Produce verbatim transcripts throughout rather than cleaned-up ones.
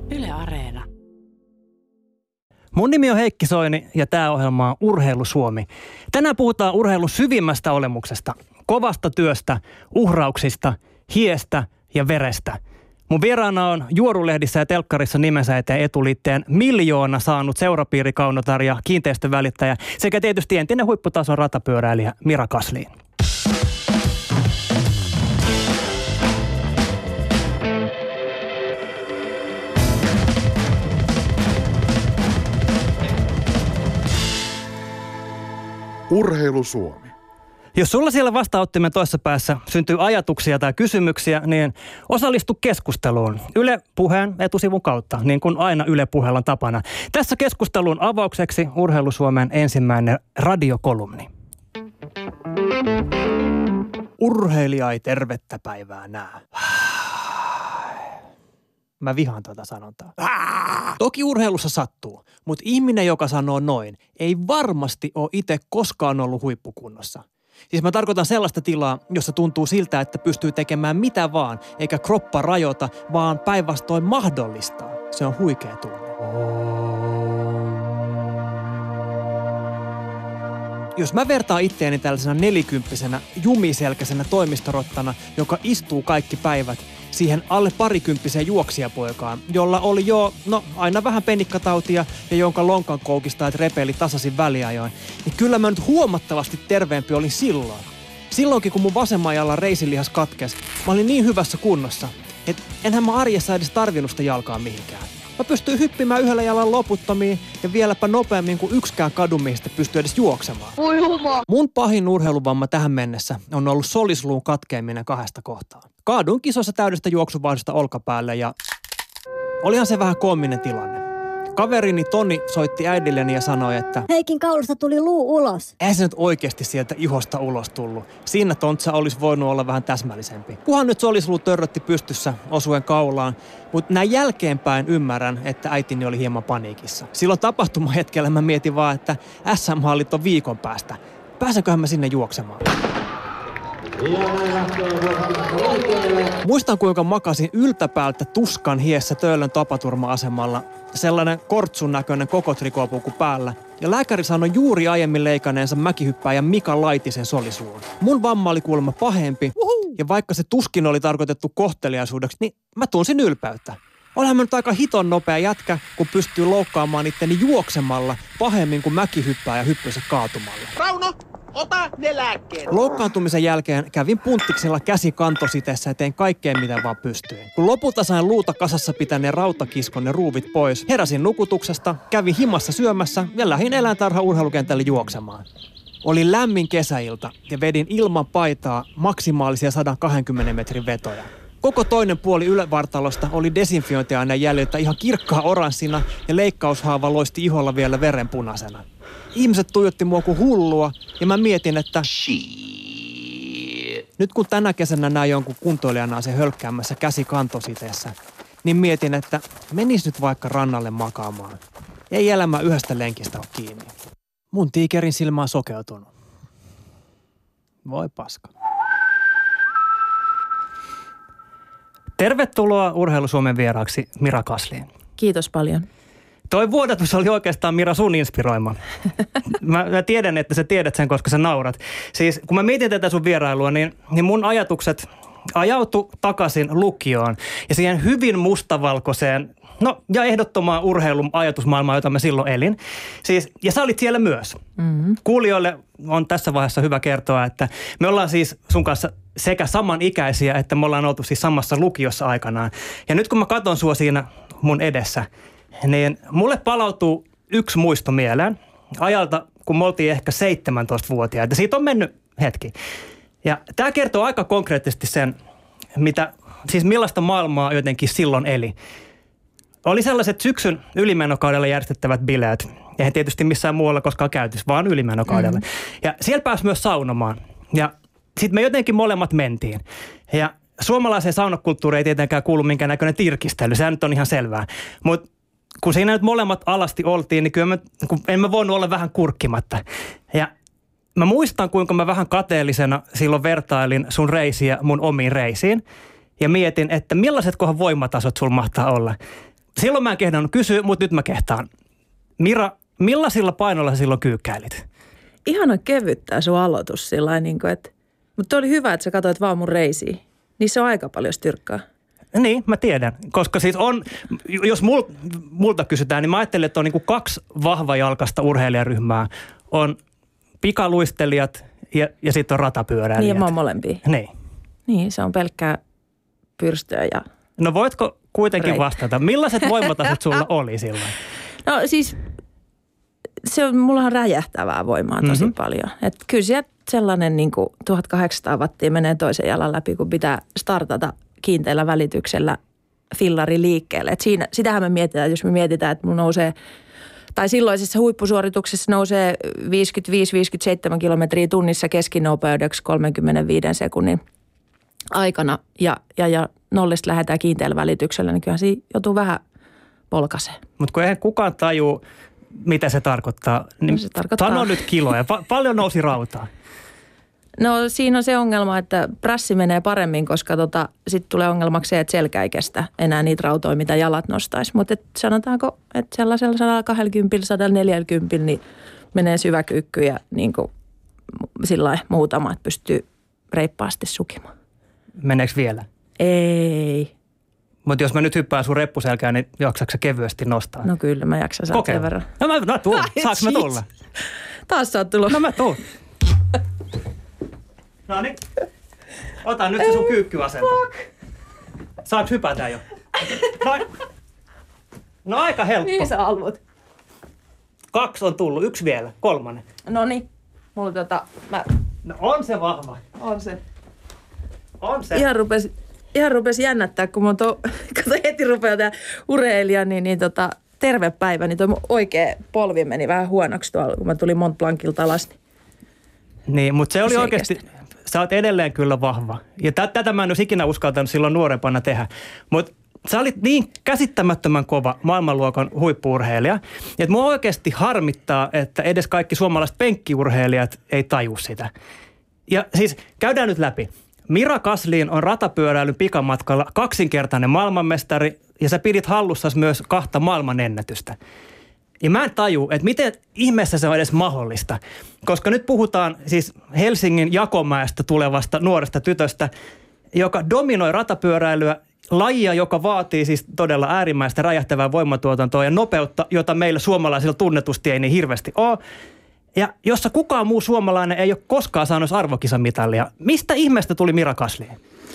Yle Areena. Mun nimi on Heikki Soini ja tämä ohjelma on Urheilu Suomi. Tänään puhutaan urheilun syvimmästä olemuksesta, kovasta työstä, uhrauksista, hiestä ja verestä. Mun vieraana on Juorulehdissä ja telkkarissa nimensä eteen etuliitteen miljoona saanut seurapiirikaunotar ja kiinteistövälittäjä sekä tietysti entinen huipputason ratapyöräilijä Mira Kasliin. Urheilu Suomi. Jos sulla siellä vastaanottimen toisessa päässä syntyy ajatuksia tai kysymyksiä, niin osallistu keskusteluun Yle Puheen etusivun kautta, niin kuin aina Yle Puheella on tapana. Tässä keskustelun avaukseksi Urheilu Suomen ensimmäinen radiokolumni. Urheilija ei tervettä päivää näe. Mä vihaan tuota sanontaa. Toki urheilussa sattuu, mutta ihminen, joka sanoo noin, ei varmasti ole itse koskaan ollut huippukunnossa. Siis mä tarkoitan sellaista tilaa, jossa tuntuu siltä, että pystyy tekemään mitä vaan, eikä kroppa rajoita, vaan päinvastoin mahdollistaa. Se on huikea tunne. Jos mä vertaan itteeni tällaisena nelikymppisenä, jumiselkäisenä toimistorottana, joka istuu kaikki päivät, siihen alle parikymppiseen juoksijapoikaan, jolla oli jo, no aina vähän penikkatautia ja jonka lonkan koukista repeli tasaisin väliajoin, niin kyllä mä nyt huomattavasti terveempi olin silloin. Silloinkin, kun mun vasemman jalan reisilihas katkesi, mä olin niin hyvässä kunnossa, että enhän mä arjessa edes tarvinnut sitä jalkaa mihinkään. Mä pystyin hyppimään yhdellä jalan loputtomiin ja vieläpä nopeammin kuin yksikään kadumiehistä pystyy edes juoksemaan. Mun pahin urheiluvamma tähän mennessä on ollut solisluun katkeaminen kahdesta kohtaa. Kaaduin kisossa täydestä juoksuvauhdesta olkapäälle ja olihan se vähän koominen tilanne. Kaverini Toni soitti äidilleni ja sanoi, että Heikin kaulusta tuli luu ulos. Eihän se nyt oikeasti sieltä ihosta ulos tullut. Siinä tontsa olisi voinut olla vähän täsmällisempi. Kuhan nyt solisluu törrötti pystyssä osuen kaulaan, mutta näin jälkeenpäin ymmärrän, että äitini oli hieman paniikissa. Silloin tapahtumahetkellä mä mietin vaan, että S M-hallit on viikon päästä. Pääsenköhän mä sinne juoksemaan? Muistan, kuinka makasin yltäpäältä tuskan hiessä Töölön tapaturma-asemalla. Sellainen kortsun näköinen koko trikoopuku päällä. Ja lääkäri sanoi juuri aiemmin leikaneensa mäkihyppääjän Mika Laitisen solisluun. Mun vamma oli kuulemma pahempi. Uhu. Ja vaikka se tuskin oli tarkoitettu kohteliaisuudeksi, niin mä tunsin ylpeyttä. Olenhan mä nyt aika hiton nopea jätkä, kun pystyy loukkaamaan itteni juoksemalla pahemmin kuin mäkihyppääjä hyppynsä kaatumalla. Rauno! Ota ne lääkkeet! Loukkaantumisen jälkeen kävin punttiksella käsi kantositeessä ja tein kaikkea mitä vaan pystyin. Kun lopulta sain luuta kasassa pitäneen rautakiskon ne ruuvit pois, heräsin nukutuksesta, kävin himassa syömässä ja lähdin eläintarha urheilukentälle juoksemaan. Oli lämmin kesäilta ja vedin ilman paitaa maksimaalisia sata kaksikymmentä metrin vetoja. Koko toinen puoli ylävartalosta oli desinfiointiaineen jäljiltä ihan kirkkaa oranssina ja leikkaushaava loisti iholla vielä verenpunaisena. Ihmiset tuijotti mua kuin hullua ja mä mietin, että Shit. Nyt kun tänä kesänä näin jonkun kuntoilijana se hölkkäämässä käsi kantositeessä, niin mietin, että menis nyt vaikka rannalle makaamaan. Ei elämä yhdestä lenkistä ole kiinni. Mun tiikerin silmä on sokeutunut. Voi paska. Tervetuloa Urheilu Suomen vieraaksi Mira Kasliin. Kiitos paljon. Toi vuodatus oli oikeastaan, Mira, sun inspiroima. Mä, mä tiedän, että sä tiedät sen, koska sä naurat. Siis kun mä mietin tätä sun vierailua, niin, niin mun ajatukset ajautu takaisin lukioon ja siihen hyvin mustavalkoiseen, no ja ehdottomaan urheilun ajatusmaailmaan, jota mä silloin elin. Siis, ja sä olit siellä myös. Mm-hmm. Kuulijoille on tässä vaiheessa hyvä kertoa, että me ollaan siis sun kanssa sekä samanikäisiä, että me ollaan oltu siis samassa lukiossa aikanaan. Ja nyt kun mä katson sua siinä mun edessä, niin mulle palautuu yksi muisto mieleen ajalta, kun me oltiin ehkä seitsemäntoistavuotiaita. Siitä on mennyt hetki. Ja tämä kertoo aika konkreettisesti sen, mitä, siis millaista maailmaa jotenkin silloin eli. Oli sellaiset syksyn ylimenokaudella järjestettävät bileet. Eihän tietysti missään muualla koskaan käytössä, vaan ylimenokaudella. Mm. Ja siellä pääsi myös saunomaan. Ja sitten me jotenkin molemmat mentiin. Ja suomalaiseen saunakulttuuriin ei tietenkään kuulu minkään näköinen tirkistely. Sehän nyt on ihan selvää. Mutta kun siinä nyt molemmat alasti oltiin, niin kyllä mä, kun en mä voinut olla vähän kurkkimatta. Ja mä muistan, kuinka mä vähän kateellisena silloin vertailin sun reisiä mun omiin reisiin. Ja mietin, että millaiset kohan voimatasot sulla mahtaa olla. silloin mä en kehdannut kysyä, mutta nyt mä kehtaan. Mira, millaisilla painoilla sä silloin kyykkäilit? Ihana kevyttää sun aloitus sillä niin kuin, että... Mutta oli hyvä, että sä katsoit vaan mun reisiä. Niissä on aika paljon styrkkaa. Niin, mä tiedän. Koska siis on, jos mul, multa kysytään, niin mä ajattelen, että on niin kuin kaksi vahvajalkaista urheilijaryhmää. On pikaluistelijat ja, ja sitten on ratapyöräilijät. Niin, ja mä oon molempia. Niin. Niin, se on pelkkää pyrstöä ja... No voitko kuitenkin Reitä. vastata? Millaiset voimatasot sulla oli silloin? No siis, se on, mulla on räjähtävää voimaa tosi Mhm. paljon. Että kyllä sieltä sellainen niin kuin tuhatkahdeksansataa wattia menee toisen jalan läpi, kun pitää startata kiinteällä välityksellä fillari liikkeelle. Et siinä, sitähän me mietitään, jos me mietitään, että mun nousee, tai silloisessa huippusuorituksessa nousee viisikymmentäviisi viisikymmentäseitsemän kilometriä tunnissa keskinopeudeksi kolmekymmentäviisi sekunnin aikana ja, ja, ja nollista lähdetään kiinteällä välityksellä, niin kyllähän siinä joutuu vähän polkaseen. Mutta kun eihän kukaan tajuu, mitä se tarkoittaa, niin No se tarkoittaa- sano nyt kiloja. Pa- paljon nousi rautaa. No siinä on se ongelma, että prässi menee paremmin, koska tota, sitten tulee ongelmaksi se, että selkä ei kestä enää niitä rautoja, mitä jalat nostaisi. Mutta sanotaanko, että sellaisella sata kaksikymmentä, sata neljäkymmentä, niin menee syväkyykky ja niin kuin sillä lailla muutama, että pystyy reippaasti sukimaan. Meneekö vielä? Ei. Mutta jos mä nyt hyppään sun reppuselkään, niin jaksatko sä kevyesti nostaa? No kyllä, mä jaksan saada sen verran. No mä, mä tuun. Ai, Saanko mä jeez. tulla? Taas sä oot tullut. No mä tuun. No niin. Ota nyt se sun kyykkyasento. Saanko hypätä jo? Noin. No aika helppo. Niin sä alvot. Kaksi on tullut, yksi vielä, kolmannen. No niin. Mulla tota, mä, No on se vahva. on se. On se. Ihan rupesi, ihan rupesi jännättää, kun mä to, kato heti rupeaa tää urheilija, niin, niin tota, terve päivä, niin toi mun oikea polvi meni vähän huonoksi tuolla, kun mä tulin Mont Blancilta alas. Niin Niin, mutta se oli Se ei oikeasti, sä oot edelleen kyllä vahva. Ja tä- tätä mä en olisi ikinä uskaltanut silloin nuorempana tehdä. Mutta sä olit niin käsittämättömän kova maailmanluokan huippu-urheilija, että mua oikeasti harmittaa, että edes kaikki suomalaiset penkkiurheilijat ei taju sitä. Ja siis käydään nyt läpi. Mira Kaslin on ratapyöräilyn pikamatkalla kaksinkertainen maailmanmestari ja sä pidit hallussasi myös kahta maailmanennätystä. Ja mä en taju, että miten ihmeessä se on edes mahdollista. Koska nyt puhutaan siis Helsingin Jakomäestä tulevasta nuoresta tytöstä, joka dominoi ratapyöräilyä, lajia, joka vaatii siis todella äärimmäistä räjähtävää voimatuotantoa ja nopeutta, jota meillä suomalaisilla tunnetusti ei niin hirveästi ole. Ja jossa kukaan muu suomalainen ei ole koskaan saanut arvokisamitalia. Mistä ihmeestä tuli Mira Kasliin?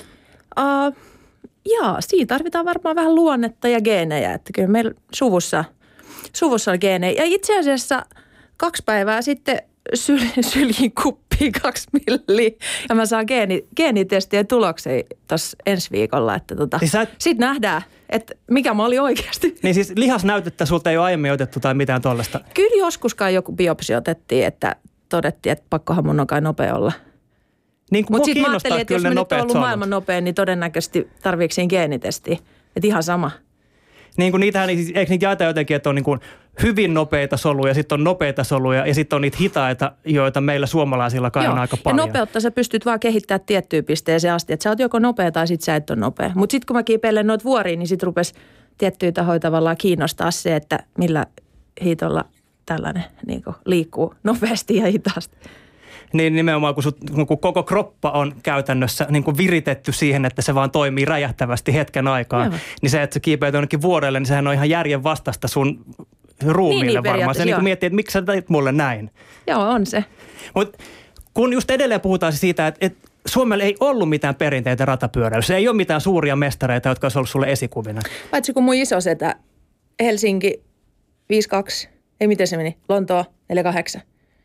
Uh, jaa, siinä tarvitaan varmaan vähän luonnetta ja geenejä, että kyllä meillä suvussa, suvussa on geenejä. Ja itse asiassa kaksi päivää sitten syl, syljin kuppiin kaksi milliä ja mä saan geeni, geenitestien tuloksia tuossa ensi viikolla, että tota, Siis sä et- sitten nähdään, että mikä mä olin oikeasti. Niin siis lihasnäytettä sulta ei ole aiemmin otettu tai mitään tollaista. Kyllä joskuskaan joku biopsi otettiin, että todettiin, että pakkohan mun on kai nopea olla. Niin kuin Mutta mua sitten mä kiinnostaa ajattelin, että kyllä jos ne mä nyt nopeat oon ollut solut. maailman nopea, niin todennäköisesti tarviiko siinä geenitestiä. Että ihan sama. Niin kuin niitähän, eikö niitä jaeta jotenkin, että on niin kuin hyvin nopeita soluja, sitten on nopeita soluja ja sitten on niitä hitaita, joita meillä suomalaisilla kai on aika paljon. Ja nopeutta sä pystyt vaan kehittämään tiettyyn pisteeseen asti, että sä oot joko nopea tai sit sä et ole nopea. Mutta sitten kun mä kiipeilen noita vuoriin, niin sit rupesi tiettyjä tahoja tavallaan kiinnostaa se, että millä hiitolla tällainen niin kuin liikkuu nopeasti ja hitaasti. Niin nimenomaan, kun, sut, kun koko kroppa on käytännössä niin kuin viritetty siihen, että se vaan toimii räjähtävästi hetken aikaa, Aivan. niin se, että sä kiipeät jonnekin vuorelle, niin sehän on ihan järjen vastasta sun ruumiille niin, varmaan. Se periaatteessa, niin kuin joo. miettii, että miksi sä teit mulle näin. Joo, on se. Mutta kun just edelleen puhutaan siitä, että, että Suomella ei ollut mitään perinteitä ratapyöräilyssä, ei ole mitään suuria mestareita, jotka olisi ollut sulle esikuvina. Paitsi kun mun iso setä Helsinki viisi kaksi, ei miten se meni, Lontoo neljä kahdeksan.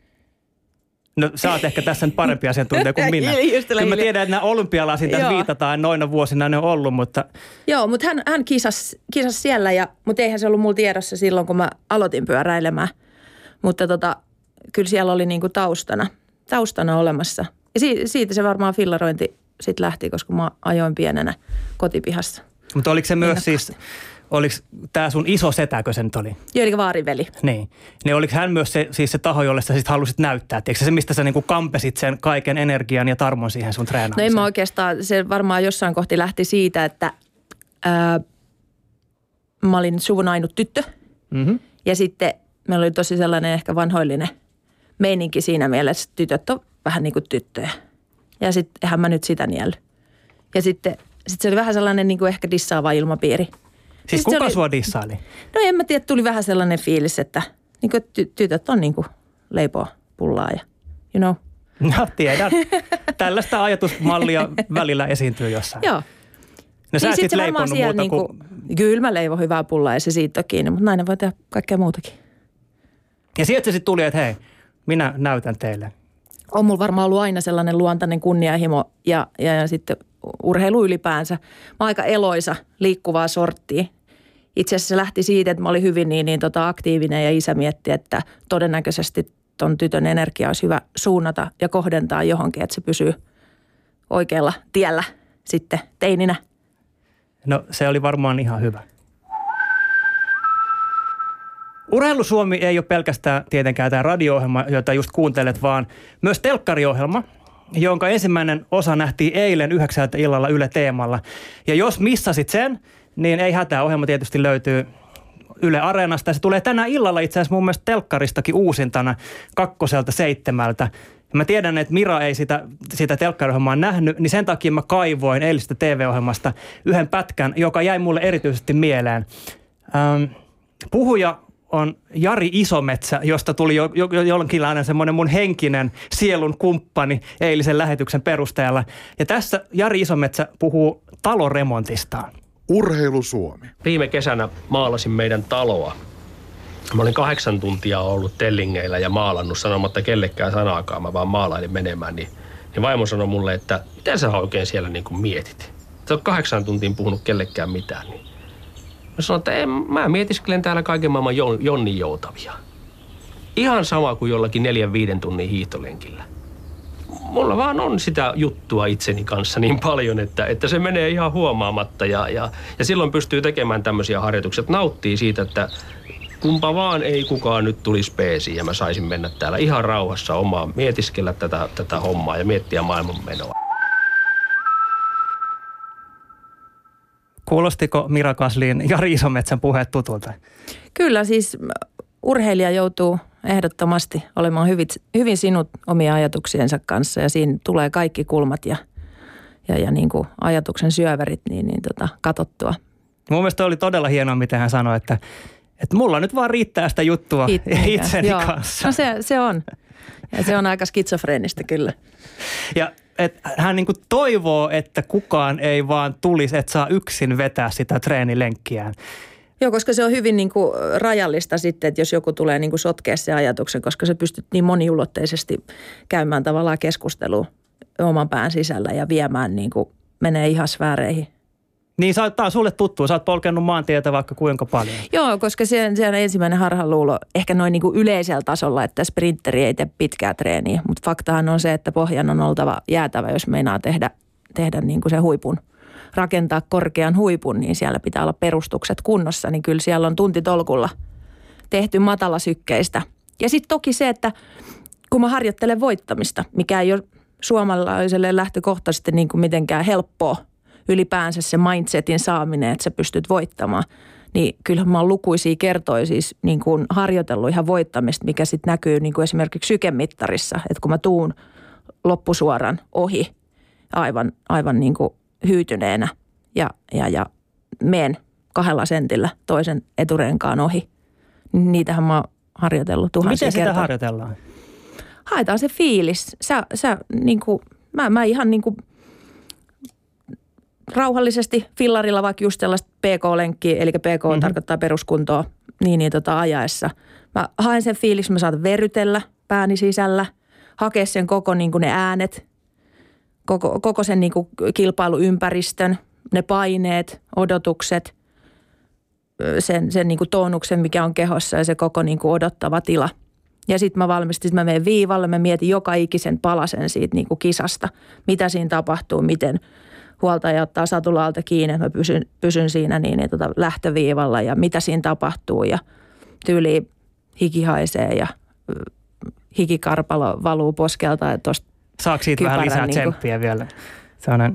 No sä oot ehkä tässä nyt parempi asiantuntija kuin minä. Just Kyllä mä hiljaa. tiedän, että nämä olympialaisiin tässä Joo. viitataan, noina vuosina ne on ollut, mutta Joo, mutta hän, hän kisasi, kisasi siellä, ja, mutta eihän se ollut mulla tiedossa silloin, kun mä aloitin pyöräilemään. Mutta tota, kyllä siellä oli niinku taustana, taustana olemassa. Ja si, siitä se varmaan fillarointi sitten lähti, koska mä ajoin pienenä kotipihassa. Mutta oliko se myös Innokkaasti. siis, oliko tämä sun iso setäkö se nyt oli? Joo, eli vaariveli. Niin. Niin oliko hän myös se, siis se taho, jolle sä sit halusit näyttää? Tiedätkö se, mistä sä niinku kampesit sen kaiken energian ja tarmon siihen sun No treenaamiseen? en mä oikeastaan, se varmaan jossain kohti lähti siitä, että ää, mä olin suvun ainut tyttö. Mm-hmm. Ja sitten meillä oli tosi sellainen ehkä vanhoillinen meininki siinä mielessä, että tytöt on vähän niin kuin tyttöjä. Ja sitten eihän mä nyt sitä nielly. Ja sitten sit se oli vähän sellainen niin kuin ehkä dissaava ilmapiiri. Siis kuka oli, sua dissaili? No en mä tiedä, tuli vähän sellainen fiilis, että niin kuin ty- tytöt on niin kuin leipoa pullaa ja you know. No tiedän. Tällaista ajatusmallia välillä esiintyy jossain. Joo. No sä et sit leiponut muuta niinku, kuin... Kyllä mä leivon hyvää pullaa ja se siitä on kiinni, mutta nainen voi tehdä kaikkea muutakin. Ja sieltä se sitten tuli, että hei, minä näytän teille. On mulla varmaan ollut aina sellainen luontainen kunnianhimo ja, ja, ja sitten urheilu ylipäänsä. Mä oon aika eloisa, liikkuvaa sorttia. Itse asiassa se lähti siitä, että mä olin hyvin niin, niin tota aktiivinen ja isä mietti, että todennäköisesti ton tytön energia olisi hyvä suunnata ja kohdentaa johonkin, että se pysyy oikealla tiellä sitten teininä. No se oli varmaan ihan hyvä. Urheilu Suomi ei ole pelkästään tietenkään tämä radio-ohjelma, jota just kuuntelet, vaan myös telkkariohjelma, jonka ensimmäinen osa nähtiin eilen yhdeksältä illalla Yle Teemalla. Ja jos missasit sen, niin ei hätää. Ohjelma tietysti löytyy Yle Areenasta ja se tulee tänään illalla itse asiassa mun mielestä telkkaristakin uusintana kakkoselta seitsemältä. Ja mä tiedän, että Mira ei sitä, sitä telkkariohjelmaa nähnyt, niin sen takia mä kaivoin eilisestä T V-ohjelmasta yhden pätkän, joka jäi mulle erityisesti mieleen. Ähm, puhuja on Jari Isometsä, josta tuli jo, jo, jo jonkinlainen semmoinen mun henkinen sielun kumppani eilisen lähetyksen perusteella. Ja tässä Jari Isometsä puhuu taloremontistaan. Urheilu Suomi. Viime kesänä maalasin meidän taloa. Mä olin kahdeksan tuntia ollut tellingeillä ja maalannut sanomatta kellekään sanaakaan. Mä vaan maalailin menemään. Niin, niin vaimo sanoi mulle, että mitä sä oikein siellä niin kuin mietit? Sä oot kahdeksan tuntiin puhunut kellekään mitään. Niin. Mä sanoin, että en, mä mietiskelen täällä kaiken maailman Jonni joutavia. Ihan sama kuin jollakin neljän viiden tunnin hiihtolenkillä. Mulla vaan on sitä juttua itseni kanssa niin paljon, että, että se menee ihan huomaamatta. Ja, ja, ja silloin pystyy tekemään tämmöisiä harjoituksia, että nauttii siitä, että kumpa vaan ei kukaan nyt tulisi peesiin ja mä saisin mennä täällä ihan rauhassa omaan, mietiskellä tätä, tätä hommaa ja miettiä maailmanmenoa. Kuulostiko Mira Kaslin Jari Isometsän puheet tutulta? Kyllä, siis urheilija joutuu ehdottomasti olemaan hyvin, hyvin sinut omia ajatuksiensa kanssa ja siinä tulee kaikki kulmat ja, ja, ja niin kuin ajatuksen syöverit niin, niin tota, katsottua. Mun mielestä oli todella hienoa, miten hän sanoi, että, että mulla nyt vaan riittää sitä juttua Itnikä. itseni Joo. kanssa. No se, se on. Ja se on aika skitsofreenistä kyllä. Ja et hän niin kuin toivoo, että kukaan ei vaan tulisi, että saa yksin vetää sitä treenilenkkiään. Joo, koska se on hyvin niin kuin rajallista sitten, että jos joku tulee niin kuin sotkea se ajatuksen, koska sä pystyt niin moniulotteisesti käymään tavallaan keskustelua oman pään sisällä ja viemään niin kuin menee ihan sfääreihin. Niin tämä on sulle tuttua, sä oot polkenut maantietä vaikka kuinka paljon. Joo, koska se, se on ensimmäinen harhaluulo ehkä noin niin kuin yleisellä tasolla, että sprinteri ei tee pitkää treeniä, mutta faktahan on se, että pohjan on oltava jäätävä, jos meinaa tehdä, tehdä niin kuin se huipun. Rakentaa korkean huipun, niin siellä pitää olla perustukset kunnossa, niin kyllä siellä on tuntitolkulla tehty matalasykkeistä. Ja sitten toki se, että kun mä harjoittelen voittamista, mikä ei ole suomalaiselle lähtökohtaisesti niin kuin mitenkään helppoa, ylipäänsä se mindsetin saaminen, että sä pystyt voittamaan, niin kyllähän mä oon lukuisia kertoja siis niin kuin harjoitellut ihan voittamista, mikä sitten näkyy niin kuin esimerkiksi sykemittarissa, että kun mä tuun loppusuoran ohi aivan, aivan niin kuin hyytyneenä ja, ja, ja meen kahdella sentillä toisen eturenkaan ohi. Niitähän mä oon harjoitellut tuhansia Miten sitä kertoja. harjoitellaan? Haetaan se fiilis. Sä, sä niin kuin, mä, mä ihan niin kuin rauhallisesti fillarilla vaikka just sellaista P K-lenkkiä, eli P K mm-hmm. tarkoittaa peruskuntoa, niin, niin tota ajaessa. Mä haen sen fiiliksi, mä saan verrytellä pääni sisällä, hakea sen koko niin kuin ne äänet, koko, koko sen niin kuin kilpailuympäristön, ne paineet, odotukset, sen, sen niin kuin tonuksen, mikä on kehossa ja se koko niin kuin odottava tila. Ja sitten mä valmistin, mä menen viivalle, mä mietin joka ikisen palasen siitä niin kuin kisasta, mitä siinä tapahtuu, miten huoltaja ottaa satulalta kiinni, että mä pysyn, pysyn siinä niin, niin tota lähtöviivalla ja mitä siinä tapahtuu ja tyyli hiki haisee ja hikikarpalo valuu poskelta. Että saako siitä vähän lisää niin kuin... tsemppiä vielä? Sellainen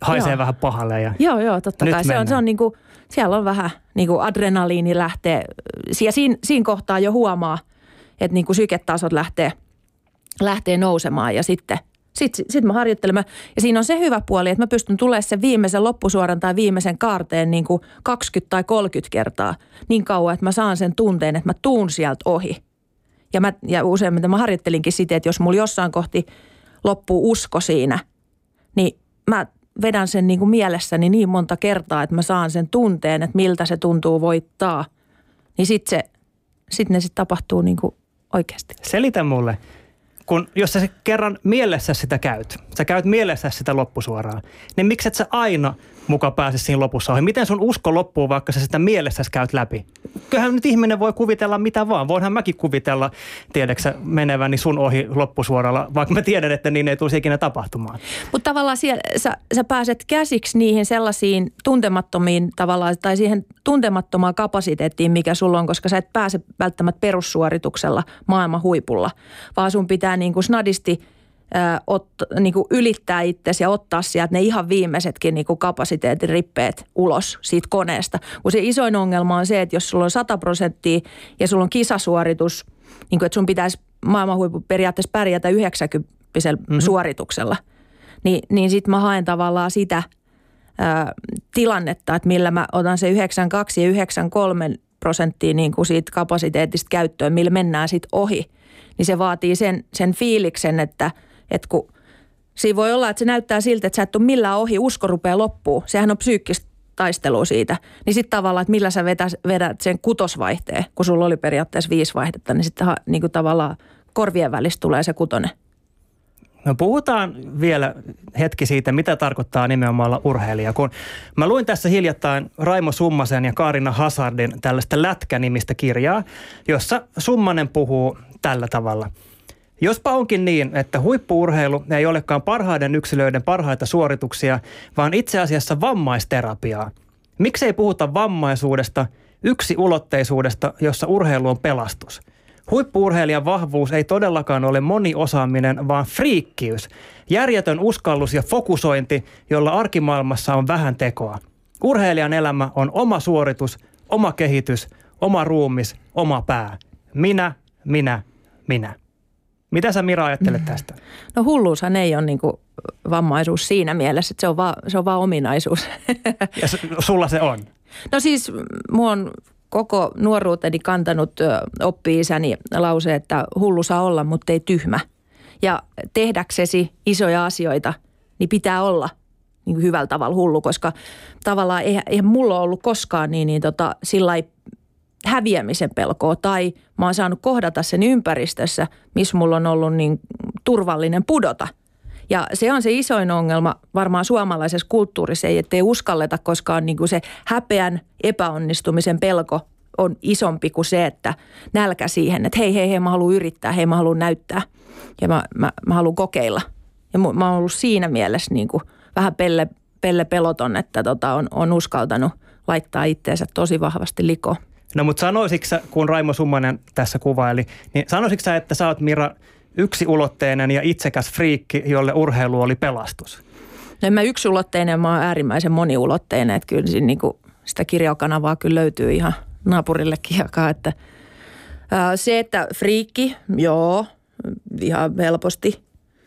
haisee joo. vähän pahalle. Ja Joo, joo, totta nyt kai. Se on, se on niin kuin, siellä on vähän niin kuin adrenaliini lähtee. Ja siinä, siinä kohtaa jo huomaa, että niin kuin syketasot lähtee, lähtee nousemaan ja sitten Sitten sit mä harjoittelen. Ja siinä on se hyvä puoli, että mä pystyn tulemaan sen viimeisen loppusuoran tai viimeisen kaarteen niin kuin kaksikymmentä tai kolmekymmentä kertaa niin kauan, että mä saan sen tunteen, että mä tuun sieltä ohi. Ja, mä, ja useimmiten mä harjoittelinkin sitä, että jos mulla jossain kohti loppuu usko siinä, niin mä vedän sen niin kuin mielessäni niin monta kertaa, että mä saan sen tunteen, että miltä se tuntuu voittaa. Niin sitten sit ne sitten tapahtuu niin kuin oikeasti. Selitä mulle. Kun, jos sä kerran mielessä sitä käyt, sä käyt mielessä sitä loppusuoraan, niin miksi et sä aina muka pääse siinä lopussa ohi? Miten sun usko loppuu, vaikka sä sitä mielessä käyt läpi? Kyllähän nyt ihminen voi kuvitella mitä vaan. Voinhan mäkin kuvitella, tiedäksä, meneväni sun ohi loppusuoralla, vaikka mä tiedän, että niin ei tulisi ikinä tapahtumaan. Mutta tavallaan siellä, sä, sä pääset käsiksi niihin sellaisiin tuntemattomiin tavallaan, tai siihen tuntemattomaan kapasiteettiin, mikä sulla on, koska sä et pääse välttämättä perussuorituksella maailman huipulla, vaan sun pitää niin kuin snadisti ää, ot, niin kuin ylittää itsesi ja ottaa sieltä ne ihan viimeisetkin niin kuin kapasiteetin rippeet ulos siitä koneesta. Kun se isoin ongelma on se, että jos sulla on sata prosenttia ja sulla on kisasuoritus, niin kuin, että sun pitäisi maailman huippu periaatteessa pärjätä yhdeksänkymmentä mm-hmm. suorituksella, niin, niin sitten mä haen tavallaan sitä ää, tilannetta, että millä mä otan se yhdeksänkymmentäkaksi ja yhdeksänkymmentäkolme prosenttia niin kuin siitä kapasiteetista käyttöön, millä mennään sitten ohi. Niin se vaatii sen, sen fiiliksen, että, että kun siinä voi olla, että se näyttää siltä, että sä et ole millään ohi, usko rupeaa loppuu. Sehän on psyykkistä taistelua siitä. Niin sitten tavallaan, että millä sä vedät, vedät sen kutosvaihteen, kun sulla oli periaatteessa viisi vaihdetta, niin sitten niin kuin tavallaan korvien välistä tulee se kutonen. No puhutaan vielä hetki siitä, mitä tarkoittaa nimenomaan olla urheilija. Kun mä luin tässä hiljattain Raimo Summasen ja Kaarina Hazardin tällaista Lätkä-nimistä kirjaa, jossa Summanen puhuu tällä tavalla. Jospa onkin niin, että huippu-urheilu ei olekaan parhaiden yksilöiden parhaita suorituksia, vaan itse asiassa vammaisterapiaa. Miksei puhuta vammaisuudesta, yksiulotteisuudesta, jossa urheilu on pelastus? Huippu-urheilijan vahvuus ei todellakaan ole moniosaaminen, vaan friikkiys, järjetön uskallus ja fokusointi, jolla arkimaailmassa on vähän tekoa. Urheilijan elämä on oma suoritus, oma kehitys, oma ruumis, oma pää. Minä, minä, minä. Mitä sä, Mira, ajattelet tästä? No hulluushan ei ole niin kuin vammaisuus siinä mielessä, että se on vaan, se on vaan ominaisuus. Ja sulla se on? No siis mua on koko nuoruuteni kantanut oppi-isäni lause, että hullu saa olla, mutta ei tyhmä. Ja tehdäksesi isoja asioita, niin pitää olla niin kuin hyvällä tavalla hullu, koska tavallaan eihän, eihän mulla ollut koskaan niin, niin tota, sillai häviämisen pelkoa. Tai mä oon saanut kohdata sen ympäristössä, missä mulla on ollut niin turvallinen pudota. Ja se on se isoin ongelma varmaan suomalaisessa kulttuurissa, ettei uskalleta, koska on niin kuin se häpeän epäonnistumisen pelko on isompi kuin se, että nälkä siihen, että hei, hei, hei, mä haluan yrittää, hei, mä haluan näyttää ja mä, mä, mä haluan kokeilla. Ja mä oon ollut siinä mielessä niin kuin vähän pelle, pelle peloton, että tota, on, on uskaltanut laittaa itteensä tosi vahvasti likoon. No mutta sanoisitko sä, kun Raimo Summanen tässä kuvaili, niin sanoisitko sä, että sä oot, Mira, yksiulotteinen ja itsekäs friikki, jolle urheilu oli pelastus? No en mä yksiulotteinen, mä oon äärimmäisen moniulotteinen, että kyllä siinä niinku sitä kirjakanavaa kyllä löytyy ihan naapurillekin jakaa, että ää, se, että friikki, joo, ihan helposti,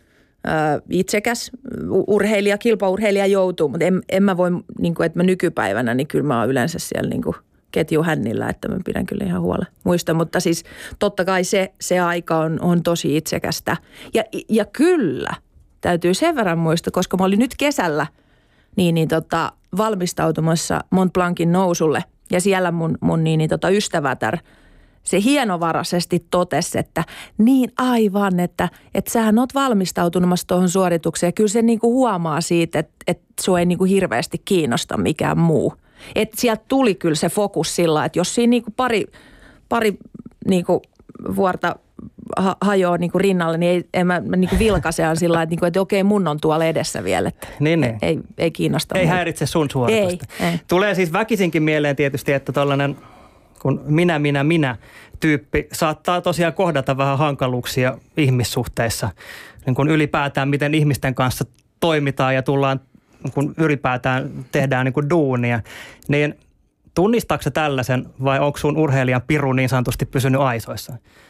ää, itsekäs urheilija, kilpaurheilija joutuu, mutta en, en mä voi, niinku, että mä nykypäivänä, niin kyllä mä oon yleensä siellä niinku ketjuhännillä, että mä pidän kyllä ihan huolta muista, mutta siis totta kai se, se aika on, on tosi itsekästä. Ja, ja kyllä, täytyy sen verran muistaa, koska mä olin nyt kesällä niin, niin tota, valmistautumassa Mont Blancin nousulle ja siellä mun, mun niin, niin tota, ystävätär se hienovaraisesti totesi, että niin aivan, että, että sähän oot valmistautumassa tuohon suoritukseen ja kyllä se niinku huomaa siitä, että, että sua ei niinku hirveästi kiinnosta mikään muu. Että sieltä tuli kyllä se fokus sillä, että jos siinä niinku pari, pari niinku vuorta ha- hajoaa niinku rinnalle, niin ei, en mä, mä niinku vilkasean sillä, että, niinku, että okei, mun on tuolla edessä vielä. Että niin, niin. Ei, ei kiinnosta. Ei muuta. Häiritse sun suoritusta. Ei, ei. Tulee siis väkisinkin mieleen tietysti, että tollainen kun minä, minä, minä tyyppi saattaa tosiaan kohdata vähän hankaluuksia ihmissuhteissa. Niin kun ylipäätään, miten ihmisten kanssa toimitaan ja tullaan kun ylipäätään tehdään niin kuin duunia, niin tunnistaako sä tällaisen vai onko sun urheilijan piru niin sanotusti pysynyt aisoissa?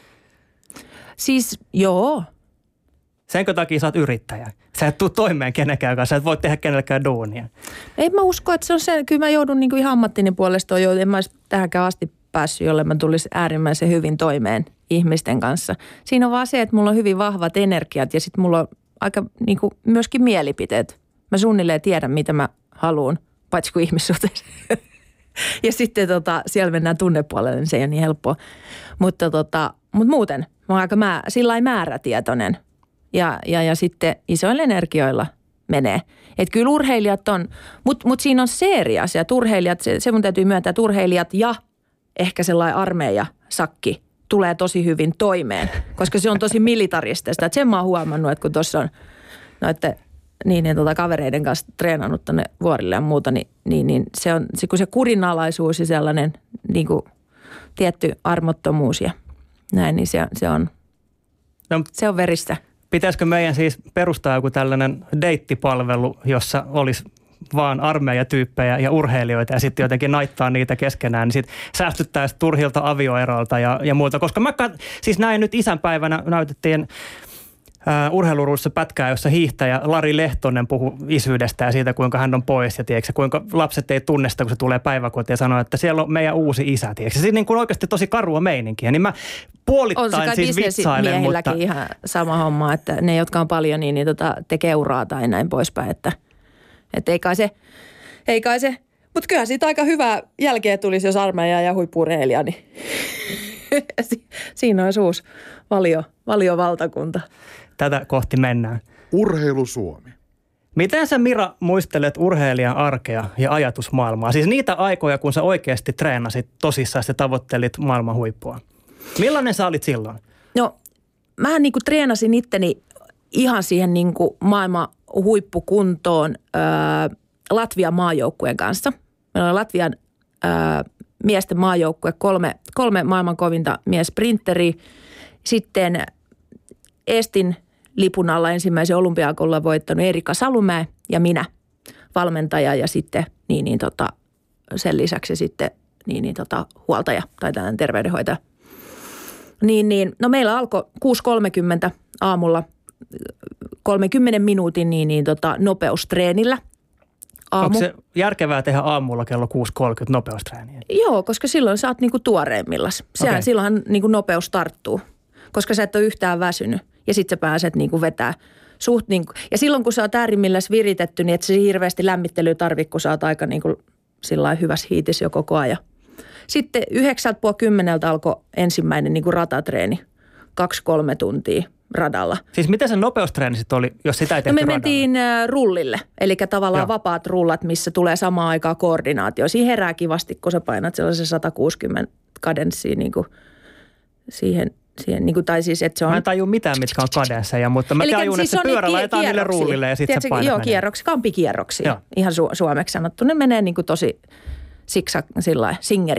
Siis joo. Senkö takia sä oot yrittäjä? Sä et tuu toimeen kenenkään kanssa, sä et voi tehdä kenellekään duunia. Ei mä usko, että se on se, kyllä mä joudun niin kuin ihan ammattini puolesta jo, en mä olisi tähänkään asti päässyt, jolle mä tulisin äärimmäisen hyvin toimeen ihmisten kanssa. Siinä on vaan se, että mulla on hyvin vahvat energiat ja sitten mulla on aika niin kuin myöskin mielipiteet. Mä suunnilleen tiedän, mitä mä haluan, paitsi kuin ihmissuhteessa. Ja sitten tota, siellä mennään tunnepuolelle, niin se ei ole niin helppoa. Mutta tota, mut muuten mä oon aika mä, sillä lailla määrätietoinen. Ja, ja, ja sitten isoilla energioilla menee. Että kyllä urheilijat on, mutta mut siinä on se eri asia, että urheilijat, se, se mun täytyy myöntää, että urheilijat ja ehkä sellainen armeijasakki tulee tosi hyvin toimeen, koska se on tosi militaristista. Että sen mä oon huomannut, että kun tuossa on noitten niin, niin, tota, kavereiden kanssa treenannut tuonne vuorille ja muuta, niin, niin, niin se on, se, kun se kurinalaisuus ja sellainen niin kuin tietty armottomuus ja näin, niin se, se on, no, se on veristä. Pitäisikö meidän siis perustaa joku tällainen deittipalvelu, jossa olisi vaan armeijatyyppejä ja urheilijoita ja sitten jotenkin naittaa niitä keskenään, niin sitten säästyttäisiin turhilta avioeroilta ja, ja muuta. Koska mä kat, siis näin nyt isänpäivänä näytettiin Uh, urheiluruudussa pätkää, jossa hiihtäjä Lari Lehtonen puhui isyydestä ja siitä, kuinka hän on pois ja tiedätkö, kuinka lapset ei tunne sitä, kun se tulee päiväkotiin ja sanoo, että siellä on meidän uusi isä. Tiedätkö? Siis niin kuin oikeasti tosi karua meininkiä. Niin mä puolittain siis vitsailen, mutta ihan sama homma, että ne, jotka on paljon, niin, niin tota, tekee uraa tai näin poispäin. Että, että ei kai se, ei kai se, mutta kyllähän siitä aika hyvää jälkeä tulisi, jos armeija ja huippu-urheilija, niin siinä olisi uusi valio, valiovaltakunta. Tätä kohti mennään. Urheilu Suomi. Miten sä, Mira, muistelet urheilijan arkea ja ajatusmaailmaa? Siis niitä aikoja, kun sä oikeasti treenasit tosissaan ja tavoittelit maailman huippua. Millainen sä olit silloin? No, mähän niinku treenasin itteni ihan siihen niinku maailman huippukuntoon öö, Latvian maajoukkueen kanssa. Meillä oli Latvian öö, miesten maajoukkue, kolme, kolme maailman kovinta miesprintteriä. Sitten Estin lipun alla ensimmäisen olympiakolla voittanut Erika Salumäe ja minä, valmentaja ja sitten niin, niin, tota, sen lisäksi sitten niin, niin, tota, huoltaja tai tällainen terveydenhoitaja. Niin, niin, no meillä alkoi kuusi kolmekymmentä aamulla kolmenkymmenen minuutin niin, niin, tota, nopeustreenillä. Aamu. Onko se järkevää tehdä aamulla kello kuusi kolmekymmentä nopeustreeniä? Joo, koska silloin sä oot niinku tuoreimmillas. Sehän okay. Silloinhan niinku nopeus tarttuu, koska sä et ole yhtään väsynyt. Ja sit sä pääset niinku vetää suht niinku. Ja silloin kun sä oot äärimmilläs viritetty, niin et se hirveästi lämmittelyä tarvitse, kun sä oot aika niinku sillain hyvässä hiitissä jo koko ajan. Sitten yhdeksältä puoli kymmeneltä alkoi ensimmäinen niinku ratatreeni. Kaksi kolme tuntia radalla. Siis miten se nopeustreeni sitten oli, jos sitä ei tehty no me radalla? mentiin rullille, eli tavallaan Joo. vapaat rullat, missä tulee samaan aikaan koordinaatio. Siinä herää kivasti, kun sä painat sellaisen sata kuusikymmentä kadenssiin niin kuin siihen, siihen niin kuin, tai siis, että se on... Mä en tajua mitään, mitkä on kadensseja, mutta mä Elikkä, tajun, siis että pyörällä ajetaan niille rullille ja sitten sä painat Joo, menee. kierroksi, kampikierroksia, joo. Ihan su- suomeksi sanottu. Ne menee niin kuin tosi siksa, sillain, singeri.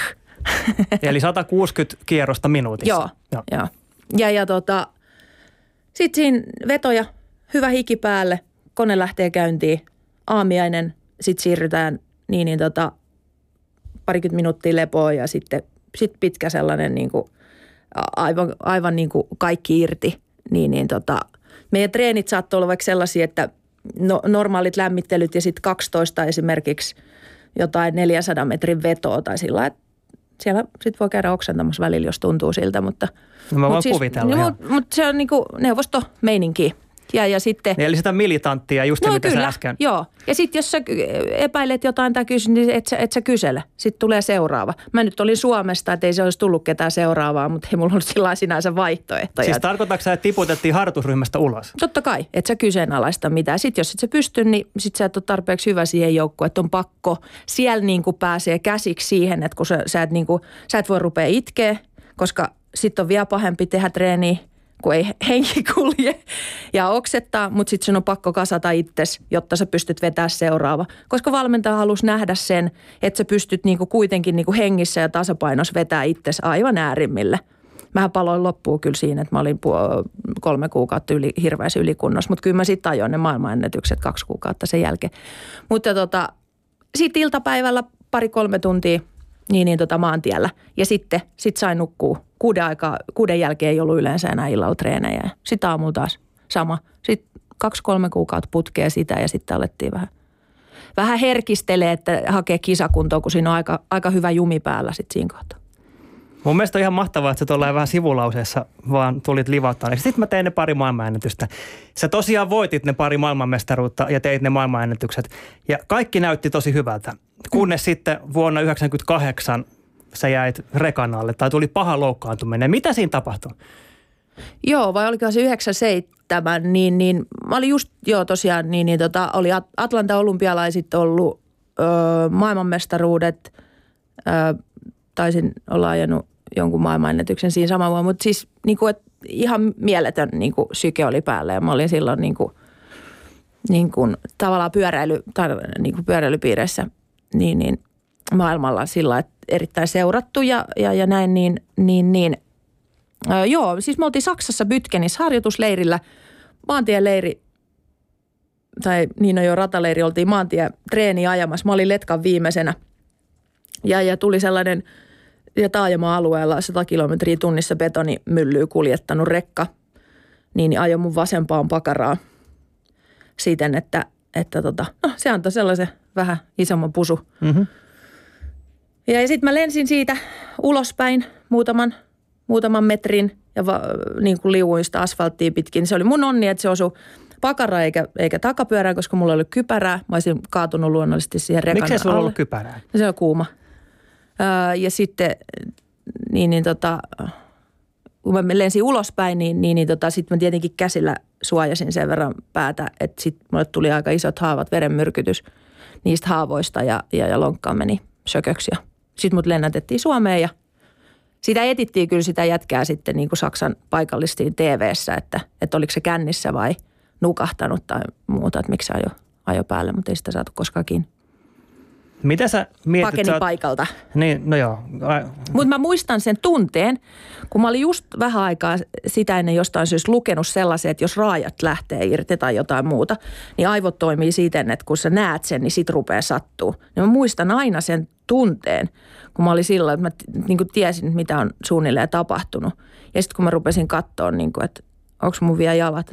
Eli sata kuusikymmentä kierrosta minuutissa. Joo, joo. joo. Ja, ja tota... Sitten siinä vetoja, hyvä hiki päälle, kone lähtee käyntiin, aamiainen, sitten siirrytään niin, niin tota, parikymmentä minuuttia lepoa ja sitten sit pitkä sellainen niin kuin, aivan, aivan niin kuin kaikki irti. Niin, niin tota, meidän treenit saattoi olla vaikka sellaisia, että no, normaalit lämmittelyt ja sitten kaksitoista esimerkiksi jotain neljänsadan metrin vetoa tai sillä että siellä sitten voi käydä oksentamassa välillä, jos tuntuu siltä, mutta... No mä voin siis, kuvitella. No, mutta mut se on niinku neuvostomeininki. Ja, ja sitten... Eli sitä militanttia, just no, se, mitä kyllä, sä äsken... joo. Ja sitten jos sä epäilet jotain tai kysyt, niin et sä, et sä kysele. Sitten tulee seuraava. Mä nyt olin Suomesta, että ei se olisi tullut ketään seuraavaa, mutta ei mulla ollut sillä sinänsä vaihtoehtoja. Siis tarkoitatko sä, että tiputettiin harjoitusryhmästä ulos? Totta kai, et sä kyseenalaista mitään. Sitten jos et sä pysty, niin sit sä et ole tarpeeksi hyvä siihen joukkoon, että on pakko. Siellä niin kuin pääsee käsiksi siihen, että kun sä, sä, et, niin kuin, sä et voi rupea itkeä, koska sitten on vielä pahempi tehdä treeniä, kun ei henki kulje ja oksettaa, mutta sitten sun on pakko kasata itsesi, jotta sä pystyt vetämään seuraava. Koska valmentaja halusi nähdä sen, että sä pystyt niinku kuitenkin niinku hengissä ja tasapainossa vetämään itsesi aivan äärimmille. Mähän paloin loppuun kyllä siinä, että mä olin puol- kolme kuukautta yli, hirveässä ylikunnossa, mutta kyllä mä sitten ajoin ne maailmanennätykset kaksi kuukautta sen jälkeen. Mutta tota, sitten iltapäivällä pari-kolme tuntia niin, niin tota maantiellä ja sitten sit sain nukkua. Kuuden, aikaa, kuuden jälkeen ei ollut yleensä enää illalla treenejä. Sitten aamulla taas sama. Sitten kaksi-kolme kuukautta putkea sitä ja sitten alettiin vähän, vähän herkistelee, että hakee kisakuntoa, kun siinä on aika, aika hyvä jumi päällä sitten siinä kohtaa. Mun mielestä on ihan mahtavaa, että sä tuollain vähän sivulauseessa vaan tulit livauttaan. Sitten mä tein ne pari maailmanennätystä. Sä tosiaan voitit ne pari maailmanmestaruutta ja teit ne maailmanennätykset. Ja kaikki näytti tosi hyvältä. Kunnes mm. sitten vuonna yhdeksänkymmentäkahdeksan sä jäit rekan alle tai tuli paha loukkaantuminen. Mitä siinä tapahtui? Joo, vai olikohan se yhdeksänkymmentäseitsemän, niin, niin mä olin just, joo tosiaan, niin, niin tota, oli Atlanta olympialaiset ollut ö, maailmanmestaruudet, ö, taisin olla ajanut jonkun maailmanennätyksen siinä saman vuonna, mutta siis niin kuin, että ihan mieletön niin kuin, syke oli päällä ja mä olin silloin niin kuin, niin kuin, tavallaan pyöräily, tai, niin kuin pyöräilypiireissä niin, niin, maailmalla sillä että erittäin seurattu ja, ja, ja näin niin, niin, niin. Öö, joo, siis me oltiin Saksassa Bütkenissä harjoitusleirillä, maantieleiri, tai niin on jo rataleiri, oltiin maantie treeni ajamassa. Mä olin letkan viimeisenä ja, ja tuli sellainen ja taajama-alueella sata kilometriä tunnissa betonimyllyä kuljettanut rekka, niin ajoi mun vasempaan pakaraa siten, että, että tota, no, se antoi sellaisen vähän isomman pusu. Mm-hmm. Ja, ja sitten mä lensin siitä ulospäin muutaman, muutaman metrin ja va, niin kuin liuuin sitä asfalttia pitkin. Se oli mun onni, että se osui pakaraan eikä, eikä takapyörään, koska mulla oli kypärää. Mä olisin kaatunut luonnollisesti siihen rekan alle. Miksi sulla ollut kypärää? Se on kuuma. Öö, ja sitten niin, niin tota, kun mä lensin ulospäin, niin, niin, niin tota, sitten mä tietenkin käsillä suojasin sen verran päätä, että sitten mulle tuli aika isot haavat, verenmyrkytys niistä haavoista ja, ja, ja lonkkaan meni sököksi. Sitten mut lennätettiin Suomeen ja sitä etittiin kyllä sitä jätkää sitten niin kuin Saksan paikallistiin T V:ssä, että, että oliko se kännissä vai nukahtanut tai muuta, että miksi se ajo, ajo päälle, mutta ei sitä saatu koskaan kiinni. Mitä sä mietit? Pakeni sä oot... paikalta. Niin, no joo. Mutta mä muistan sen tunteen, kun mä olin just vähän aikaa sitä ennen jostain syystä lukenut sellaisen, että jos raajat lähtee irti tai jotain muuta, niin aivot toimii siten, että kun sä näet sen, niin sit rupeaa sattuu. Niin mä muistan aina sen tunteen, kun mä olin silloin, että mä niin kuin tiesin, mitä on suunnilleen tapahtunut. Ja sitten kun mä rupesin katsoa, niin kuin, että onko mun vielä jalat...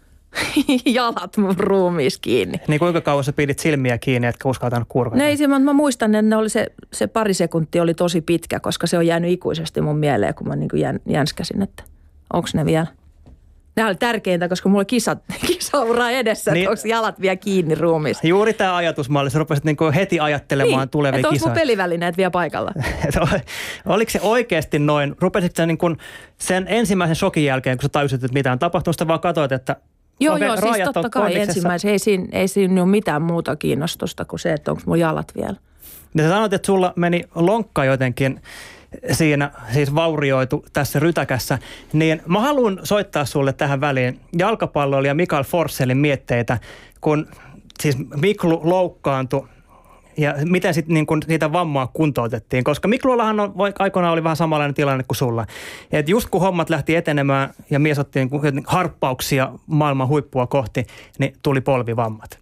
jalat mun ruumiissa kiinni. Niin kuinka kauan sä pidit silmiä kiinni, etkä uskaltanut kurkata? No ei se, mä muistan, että ne oli se, se pari sekuntia oli tosi pitkä, koska se on jäänyt ikuisesti mun mieleen, kun mä niin kuin jän, jänskäsin, että onko ne vielä. Nämä oli tärkeintä, koska mulla oli kisat, kisaura edessä, niin, että onko jalat vielä kiinni ruumiissa. Juuri tämä ajatusmalli, sä rupesit niin kuin heti ajattelemaan niin, tulevia kisoja. Niin, että onko mun pelivälineet vielä paikalla. Oliko se oikeasti noin? Rupesitko sä niin kuin sen ensimmäisen shokin jälkeen, kun sä tajusit, että mitä on tapahtunut, sä vaan katsoit, että Joo, okay, joo, siis totta kai ensimmäisen. Ei siinä, ei siinä ole mitään muuta kiinnostusta kuin se, että onko mun jalat vielä. Ja sä sanoit, että sulla meni lonkka jotenkin siinä, siis vaurioitu tässä rytäkässä, niin mä haluan soittaa sulle tähän väliin jalkapalloilija Mikael Forsellin mietteitä, kun siis Miklu loukkaantui ja miten sitten niin kun niitä vammaa kuntoutettiin, koska Miklullahan on, aikoinaan oli vähän samanlainen tilanne kuin sulla. Et just kun hommat lähti etenemään ja mies otti niin harppauksia maailman huippua kohti, niin tuli polvivammat.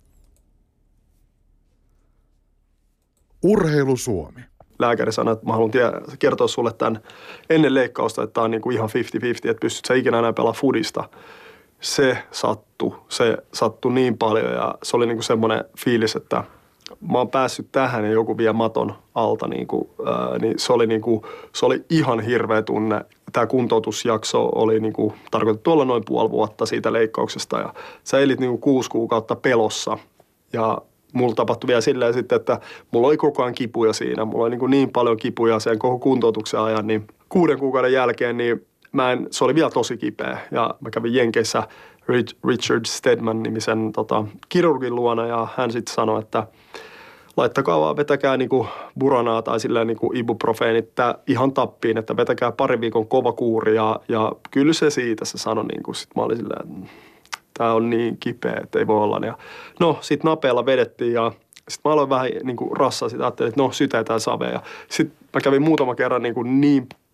Urheilu Suomi. Lääkäri sanoi, että mä haluan tie- kertoa sulle tämän ennen leikkausta, että tämä on niinku ihan viisikymmentä viisikymmentä, että pystyt sä ikinä enää pelaa fudista. Se sattui. Se sattui niin paljon ja se oli niinku semmoinen fiilis, että mä oon päässyt tähän ja joku vie maton alta. Niinku, ää, niin se, oli niinku, se oli ihan hirveä tunne. Tämä kuntoutusjakso oli niinku, tarkoitettu olla noin puoli vuotta siitä leikkauksesta ja sä elit niinku kuusi kuukautta pelossa ja mulla tapahtui vielä silleen sitten, että mulla oli koko ajan kipuja siinä. Mulla oli niin, niin paljon kipuja sen koko kuntoutuksen ajan, niin kuuden kuukauden jälkeen niin mä en, se oli vielä tosi kipeä. Ja mä kävin Jenkeissä Richard Stedman-nimisen tota, kirurgin luona ja hän sitten sanoi, että laittakaa vaan, vetäkää niinku buranaa tai silleen niinku ibuprofeenit ihan tappiin, että vetäkää pari viikon kova kuuri ja, ja kyllä se siitä se sanoi niinku. Sitten mä olin silleen, tämä on niin kipeä, että ei voi olla. Ja no, sitten napeella vedettiin ja sitten mä aloin vähän niin kuin rassaa sitä, ajattelin, että no, sytetään savea. Ja sitten mä kävin muutama kerran niin, kuin niin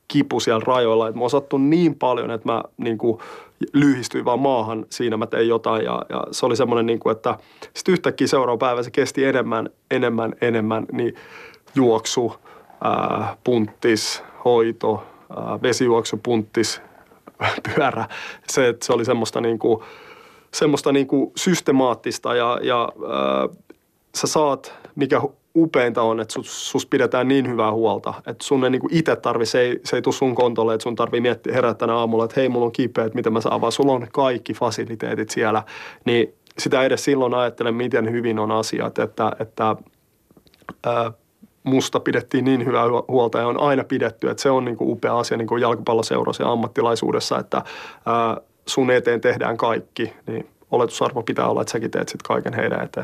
kipu siellä rajoilla, että mä osattui niin paljon, että mä niin kuin lyhistyin vaan maahan, siinä mä tein jotain ja, ja se oli semmoinen, niin kuin, että sitten yhtäkkiä seuraava päivä se kesti enemmän, enemmän, enemmän, niin juoksu, ää, punttis, hoito, ää, vesijuoksu, punttis, pyörä. Se, että se oli semmoista, niin kuin, semmoista niin kuin systemaattista ja, ja ää, sä saat, mikä upeinta on, että sus, sus pidetään niin hyvää huolta, että sun ei niin kuin itse tarvi, se ei, se ei tule sun kontolle, että sun tarvii miettiä herättänä aamulla, että hei, mulla on kipeä, että miten mä saan, vaan sulla on kaikki fasiliteetit siellä, niin sitä edes silloin ajattelen, miten hyvin on asiat, että, että ää, musta pidettiin niin hyvää huolta ja on aina pidetty, että se on niin kuin upea asia niin kuin jalkapalloseurassa ja ammattilaisuudessa, että ää, sun eteen tehdään kaikki, niin oletusarvo pitää olla, että säkin teet sitten kaiken heidän eteen.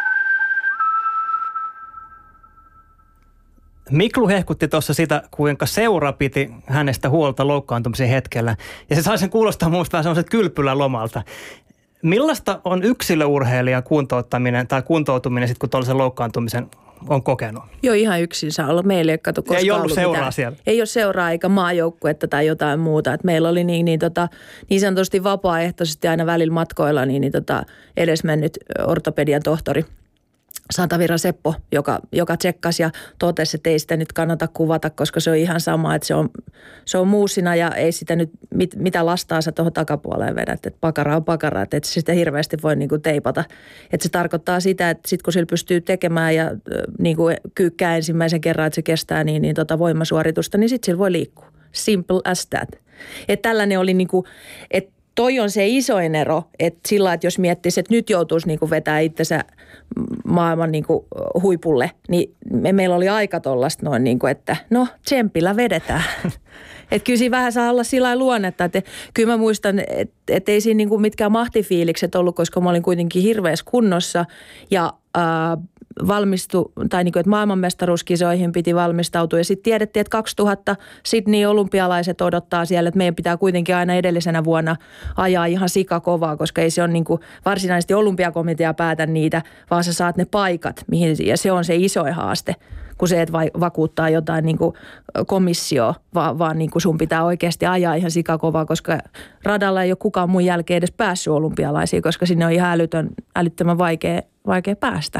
Miklu hehkutti tuossa sitä, kuinka seura piti hänestä huolta loukkaantumisen hetkellä. Ja se sai sen kuulostaa minusta vähän sellaiset kylpylälomalta. Millaista on yksilöurheilijan kuntouttaminen tai kuntoutuminen sitten, kun tuollaisen loukkaantumisen on kokenut? Joo, ihan yksin saa olla. Meillä ei ole koskaan ei ollut, ollut seuraa mitään. siellä. Ei ole seuraa eikä maajoukkuetta tai jotain muuta. Et meillä oli niin, niin, tota, niin sanotusti vapaaehtoisesti aina välillä matkoilla niin, niin tota, edesmennyt ortopedian tohtori Santavira Seppo, joka, joka tsekkasi ja totesi, että ei sitä nyt kannata kuvata, koska se on ihan sama, että se on, se on muusina ja ei sitä nyt, mit, mitä lastaa sä tuohon takapuoleen vedät, että pakara on pakara, että et sitä hirveästi voi niinku teipata. Että se tarkoittaa sitä, että sit kun sillä pystyy tekemään ja niinku kyykkää ensimmäisen kerran, että se kestää niin, niin tota voimasuoritusta, niin sitten sillä voi liikkua. Simple as that. Että tällainen oli niinku, että toi on se isoin ero, että sillä että jos miettisi, että nyt joutuisi niinku vetää itsensä maailman niinku huipulle, niin me, meillä oli aika tollaista noin, niinku, että no tsempillä vedetään. Että kyllä siinä vähän saa olla sillä lailla luonnetta, että kyllä mä muistan, että et ei siinä niinku mitkään mahtifiilikset ollut, koska mä olin kuitenkin hirveässä kunnossa ja ää, valmistu, tai niin kuin, että maailmanmestaruuskisoihin piti valmistautua. Ja sitten tiedettiin, että kaksituhatta Sydney olympialaiset odottaa siellä, että meidän pitää kuitenkin aina edellisenä vuonna ajaa ihan sikakovaa, koska ei se ole niin kuin varsinaisesti olympiakomitea päätä niitä, vaan sä saat ne paikat, mihin, ja se on se isoin haaste, kun se, että vakuuttaa jotain niin kuin komissioa, vaan, vaan niin kuin sun pitää oikeasti ajaa ihan sikakovaa, koska radalla ei ole kukaan mun jälkeen edes päässyt olympialaisiin, koska sinne on ihan älytön, älyttömän vaikea, vaikea päästä.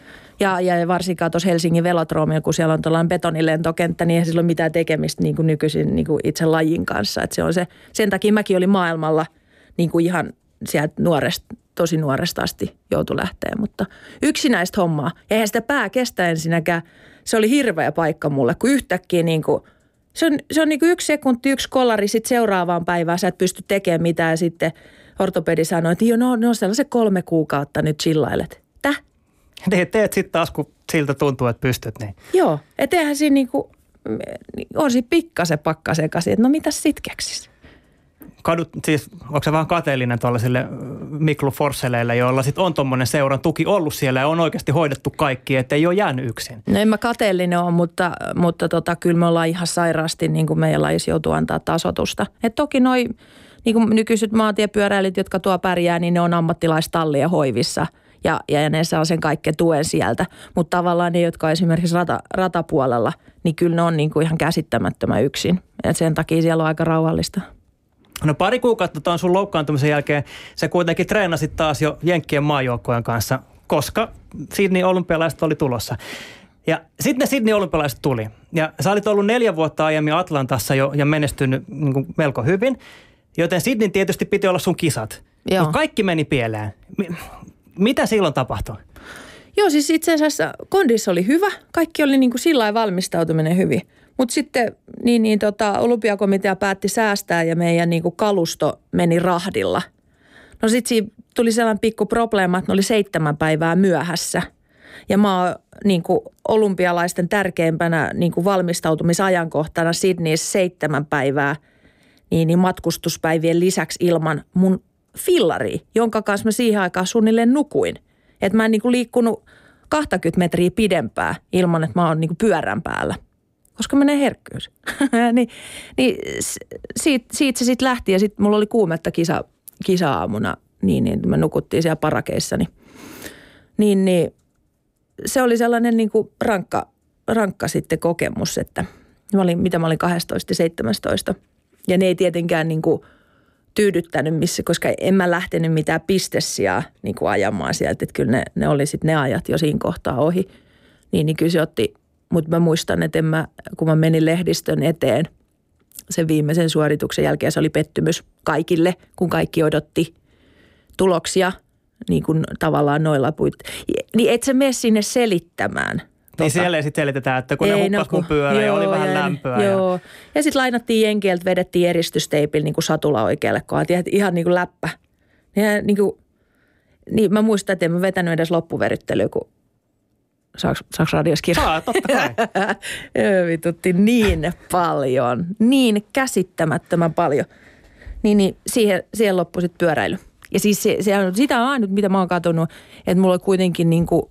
Ja, ja varsinkaan tuossa Helsingin Velodromilla, kun siellä on tuollainen betonilentokenttä, niin ei sillä ole mitään tekemistä niin kuin nykyisin niin kuin itse lajin kanssa. Et se on se, sen takia mäkin olin maailmalla niin kuin ihan sieltä nuoresta, tosi nuoresta asti joutui lähteä, mutta yksinäistä hommaa. Ja eihän sitä pää kestä ensinnäkään. Se oli hirveä paikka mulle, kun yhtäkkiä niin kuin, se on, se on niin kuin yksi sekunti, yksi kollari, sitten seuraavaan päivään sä et pysty tekemään mitään. Ja sitten ortopedi sanoi, että jo, no, no sellaiset kolme kuukautta nyt chillailet. Täh? Teet, teet sitten taas, kun siltä tuntuu, että pystyt. Niin. Joo, et eihän siinä niinku, on siinä pikkasen pakka sekaisin, että no mitäs sit keksis? Kadut, siis onko se vähän kateellinen tuollaisille Miklu Forsseleille, joilla sitten on tuommoinen seuran tuki ollut siellä ja on oikeasti hoidettu kaikki, että ei ole jäänyt yksin? No en mä kateellinen ole, mutta, mutta tota, kyllä me ollaan ihan sairaasti, niin kuin meidän lajissa joutuu antaa tasotusta. Et toki noi niin kuin nykyiset maantiepyöräilijät, jotka tuo pärjää, niin ne on ammattilaistallien hoivissa. Ja, ja ne saa sen kaiken tuen sieltä. Mutta tavallaan ne, jotka on esimerkiksi rata, ratapuolella, niin kyllä ne on niin kuin ihan käsittämättömän yksin. Et sen takia siellä on aika rauhallista. No pari kuukautta tuon sun loukkaantumisen jälkeen sä kuitenkin treenasit taas jo Jenkkien maajoukkojen kanssa, koska Sydney olympialaiset oli tulossa. Ja sitten ne Sydney olympialaiset tuli. Ja sä olit ollut neljä vuotta aiemmin Atlantassa jo ja menestynyt niin kuin melko hyvin. Joten Sydney tietysti piti olla sun kisat. Mutta kaikki meni pieleen. Mitä silloin tapahtui? Joo, siis itse asiassa kondissa oli hyvä. Kaikki oli niin kuin sillä lailla valmistautuminen hyvin. Mutta sitten niin, niin, tota, olympiakomitea päätti säästää ja meidän niin kuin kalusto meni rahdilla. No sitten siinä tuli sellainen pikku probleema, että ne oli seitsemän päivää myöhässä. Ja mä oon niin kuin olympialaisten tärkeimpänä niin kuin valmistautumisajankohtana Sydneyssä seitsemän päivää niin, niin matkustuspäivien lisäksi ilman mun fillari, jonka kanssa mä siihen aikaan suunnilleen nukuin. Että mä en niinku liikkunut kaksikymmentä metriä pidempää ilman, että mä oon niinku pyörän päällä. Koska menee herkkyys. niin, niin siitä, siitä se sitten lähti ja sitten mulla oli kuumetta kisa, kisa-aamuna. Niin, niin me nukuttiin siellä parakeissa. Niin, niin, niin se oli sellainen niinku rankka, rankka sitten kokemus, että Mä olin, mitä mä olin kaksitoista seitsemäntoista. Ja ne ei tietenkään niin kuin tyydyttänyt missä, koska en mä lähtenyt mitään pistessiä niin kuin ajamaan sieltä. Että kyllä ne, ne oli sitten ne ajat jo siinä kohtaa ohi. Niin, niin kyllä se otti, mutta mä muistan, että en mä, kun mä menin lehdistön eteen sen viimeisen suorituksen jälkeen, se oli pettymys kaikille, kun kaikki odotti tuloksia niin kuin tavallaan noilla puit. Niin et sä mene sinne selittämään. Niin tota. Siellä ei sitten selitetään, että kun ei, ne hukkas no, mun pyörä ja oli vähän ja, lämpöä. Joo. Ja, ja sitten lainattiin jenkeiltä, vedettiin eristysteipillä niin kuin satula oikealle kohdalle. Ihan niin kuin läppä. Ja niin kuin, niin mä muistan, että en mä vetänyt edes loppuverittelyä, kun saaks, saaks radiossa kirjoittaa? Saa, totta kai. Vitutti niin paljon, niin käsittämättömän paljon. Niin, niin siihen, siihen loppui sitten pyöräily. Ja siis se, se on sitä ainut, mitä mä oon katsonut, että mulla on kuitenkin niin kuin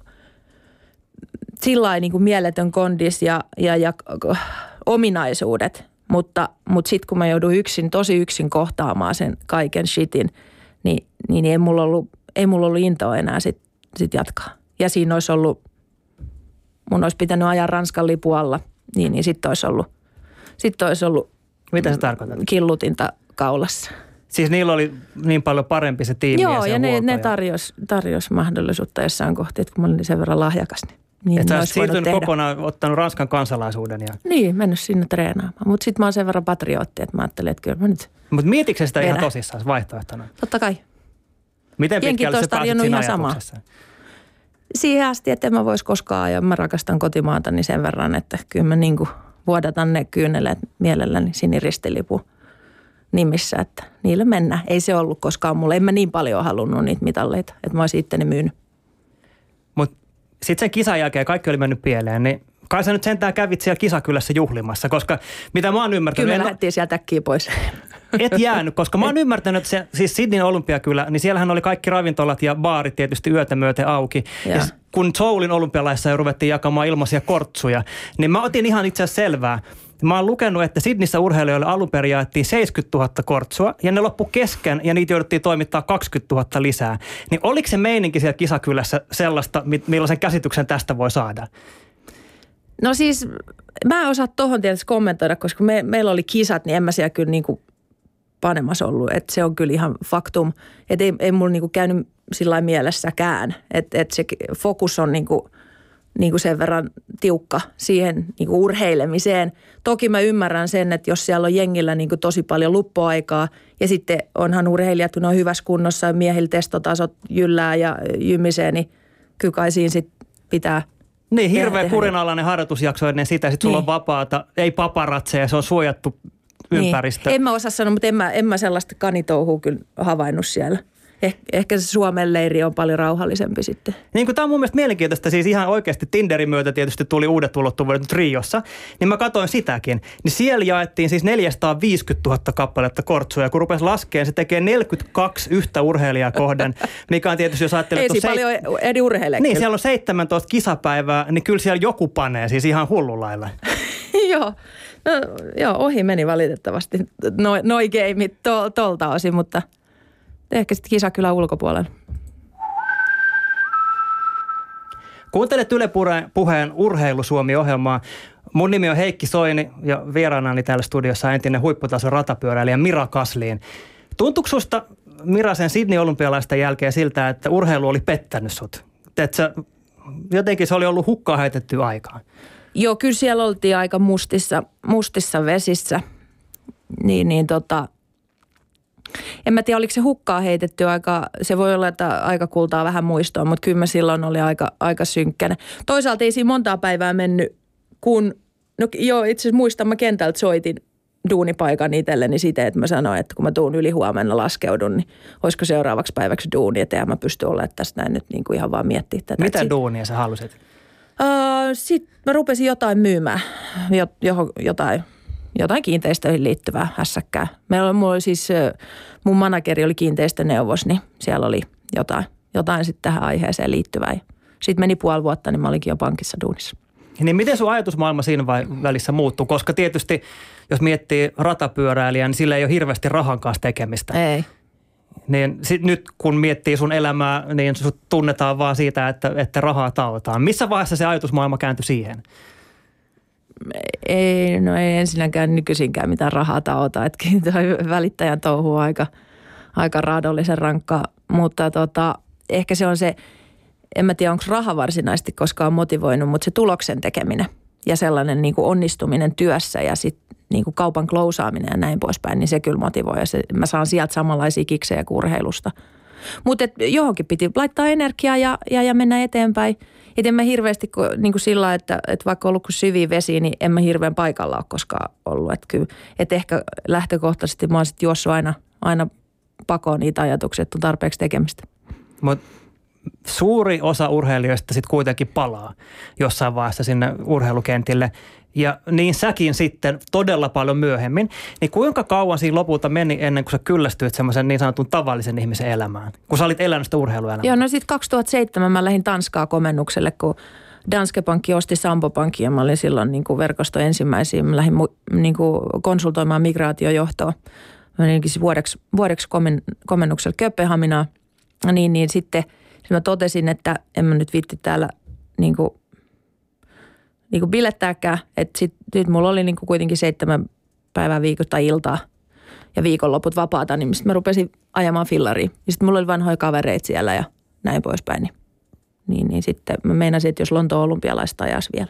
sillain niin kuin mieletön kondis ja, ja, ja ominaisuudet, mutta, mutta sitten kun mä joudun yksin, tosi yksin kohtaamaan sen kaiken shitin, niin, niin ei mulla ollut, ei mulla ollut intoa enää sit, sit jatkaa. Ja siinä olisi ollut, mun olisi pitänyt ajaa Ranskan lipualla, niin, niin sitten olisi ollut, sit olisi ollut mitä se tarkoittaa? Killutinta kaulassa. Siis niillä oli niin paljon parempi se tiimi. Joo, ja, ja ne, ne tarjosi tarjos mahdollisuutta jossain kohti, että kun mä olin sen verran lahjakas, niin niin että sä olisit siirtynyt kokonaan, ottanut Ranskan kansalaisuuden. Ja niin, mennyt sinne treenaamaan. Mutta sitten mä oon sen verran patriotti, että mä ajattelin, että kyllä mä nyt mutta mietitkö sitä vedän. Ihan tosissaan vaihtoehtona? Totta kai. Miten pitkälle sä pääsit siinä ajatuksessa? Siihen asti, että en mä vois koskaan ja mä rakastan kotimaata niin sen verran, että kyllä mä niinku vuodatan ne kyyneleet mielelläni siniristilipu nimissä, että niillä mennään. Ei se ollut koskaan mulle. En mä niin paljon halunnut niitä mitalleita, että mä olisin itteni myynyt. Mutta sitten sen kisan jälkeen kaikki oli mennyt pieleen, niin kai sä nyt sentään kävit siellä kisakylässä juhlimassa, koska mitä mä oon ymmärtänyt... Kyllä me lähdettiin sieltä äkkiä pois. Et jäänyt, koska mä oon ymmärtänyt, että se, siis Sydneyn olympiakylä, niin siellähän oli kaikki ravintolat ja baarit tietysti yötä myöten auki. Ja, ja kun Soulin olympialaissa jo ruvettiin jakamaan ilmaisia kortsuja, niin mä otin ihan itse asiassa selvää. Mä oon lukenut, että Sydneyssä urheilijoille alun perin jaettiin seitsemänkymmentätuhatta kortsua ja ne loppu kesken ja niitä jouduttiin toimittaa kaksikymmentätuhatta lisää. Niin oliko se meininki siellä kisakylässä sellaista, millaisen käsityksen tästä voi saada? No siis mä en osaa tohon tietysti kommentoida, koska me, meillä oli kisat, niin en mä siellä kyllä niinku panemassa ollut. Että se on kyllä ihan faktum. Että ei, ei mulla niinku käynyt sillä lailla mielessäkään. Että et se fokus on niinku... niin kuin sen verran tiukka siihen niin kuin urheilemiseen. Toki mä ymmärrän sen, että jos siellä on jengillä niin kuin tosi paljon luppoaikaa ja sitten onhan urheilijat, kun ne on hyvässä kunnossa ja miehillä testotasot jyllää ja jymisee, niin kyllä kai siinä sitten pitää niin, hirveä kurinalainen harjoitusjakso ennen sitä. Sitten niin. Sulla on vapaata, ei paparatseja, se on suojattu ympäristö. Niin. En mä osaa sanoa, mutta en mä, en mä sellaista kanitouhua kyllä havainnut siellä. Eh, ehkä se Suomen leiri on paljon rauhallisempi sitten. Niin kuin tämä on mun mielestä mielenkiintoista, siis ihan oikeasti Tinderin myötä tietysti tuli uudet ulottuvuudet nyt Riossa, niin mä katsoin sitäkin. Niin siellä jaettiin siis neljäsataaviisikymmentätuhatta kappaletta kortsuja, kun rupesi laskemaan, se tekee neljäkymmentäkaksi yhtä urheilijaa kohden, mikä on tietysti, jos ajattelee... Ei siinä paljon eri urheilijoita. Niin, siellä on seitsemäntoista kisapäivää, niin kyllä siellä joku panee, siis ihan hullulailla. Joo. No, joo, ohi meni valitettavasti noi, noi gameit to, tolta osin, mutta... Ehkä sitten kisakylän ulkopuolella. Kuuntelet Yle Puheen Urheilu Suomi-ohjelmaa. Mun nimi on Heikki Soini ja vieraanani täällä studiossa entinen huipputason ratapyöräilijä Mira Kaslin. Tuntuuko susta Mira sen Sydney olympialaisten jälkeen siltä, että urheilu oli pettänyt sut? Että jotenkin se oli ollut hukkaan heitetty aikaan. Joo, kyllä siellä oltiin aika mustissa, mustissa vesissä. Niin, niin tota... En mä tiedä, oliko se hukkaa heitetty aika, se voi olla, että aika kultaa vähän muistoa, mutta kyllä mä silloin oli aika, aika synkkänä. Toisaalta ei siinä montaa päivää mennyt, kun, no joo, itse asiassa muistan, mä kentältä soitin duunipaikan itselleni siten, että mä sanoin, että kun mä tuun yli huomenna laskeudun, niin olisiko seuraavaksi päiväksi duuni, että mä pystyn olemaan tästä näin nyt niin kuin ihan vaan miettiä tätä. Mitä sit, duunia sä halusit? Uh, Sitten mä rupesin jotain myymään, jo, jotain. Jotain kiinteistöihin liittyvää hässäkkää. Meillä oli, mulla oli siis, mun manageri oli kiinteistöneuvos, niin siellä oli jotain, jotain sitten tähän aiheeseen liittyvää. Sitten meni puoli vuotta, niin mä olinkin jo pankissa duunissa. Niin miten sun ajatusmaailma siinä vai välissä muuttuu? Koska tietysti, jos miettii ratapyöräilijää, niin sillä ei ole hirveästi rahan kanssa tekemistä. Ei. Niin sit nyt kun miettii sun elämää, niin sut tunnetaan vaan siitä, että, että rahaa taotaan. Missä vaiheessa se ajatusmaailma kääntyi siihen? ei, no ei ensinnäkään nykyisinkään mitään rahaa taota, että toi välittäjän touhu on aika, aika raadollisen rankkaa, mutta tota, ehkä se on se, en mä tiedä onko raha varsinaisesti koskaan motivoinut, mutta se tuloksen tekeminen ja sellainen niin kuin onnistuminen työssä ja sitten niin kuin kaupan klousaaminen ja näin poispäin, niin se kyllä motivoi ja se, mä saan sieltä samanlaisia kiksejä kuin urheilusta. Mutta johonkin piti laittaa energiaa ja, ja, ja mennä eteenpäin. Et en mä hirveästi niin kuin sillä, että, että vaikka ollut kuin syviä vesiä, niin en mä hirveän paikalla ole koskaan ollut. Että kyllä, et ehkä lähtökohtaisesti mä oon sitten juossut aina, aina pakoon niitä ajatuksia, että on tarpeeksi tekemistä. Mut suuri osa urheilijoista sitten kuitenkin palaa jossain vaiheessa sinne urheilukentille. Ja niin säkin sitten todella paljon myöhemmin. Niin kuinka kauan siinä lopulta meni ennen kuin sä kyllästyit semmoisen niin sanotun tavallisen ihmisen elämään? Kun sä olit elänyt sitä urheiluelämää. Joo, no sitten kaksituhattaseitsemän mä lähdin Tanskaa komennukselle, kun Danske Pankki osti Sampo Pankki ja mä olin silloin niin kuin verkosto ensimmäisiä. Mä lähdin niin kuin konsultoimaan migraatiojohtoa. Mä meninkin vuodeksi, vuodeksi komen, komennukselle Kööpenhaminaan. Niin, niin sitten mä totesin, että en mä nyt viitti täällä niin kuin niin kuin bilettääkään, että sitten nyt mulla oli niin kuin kuitenkin seitsemän päivää viikosta tai iltaa ja viikonloput vapaata, niin sitten mä rupesin ajamaan fillariin. Ja sitten mulla oli vanhoja kavereita siellä ja näin poispäin. Niin, niin, niin sitten mä meinasin, että jos Lontoon olympialaista ajaisi vielä.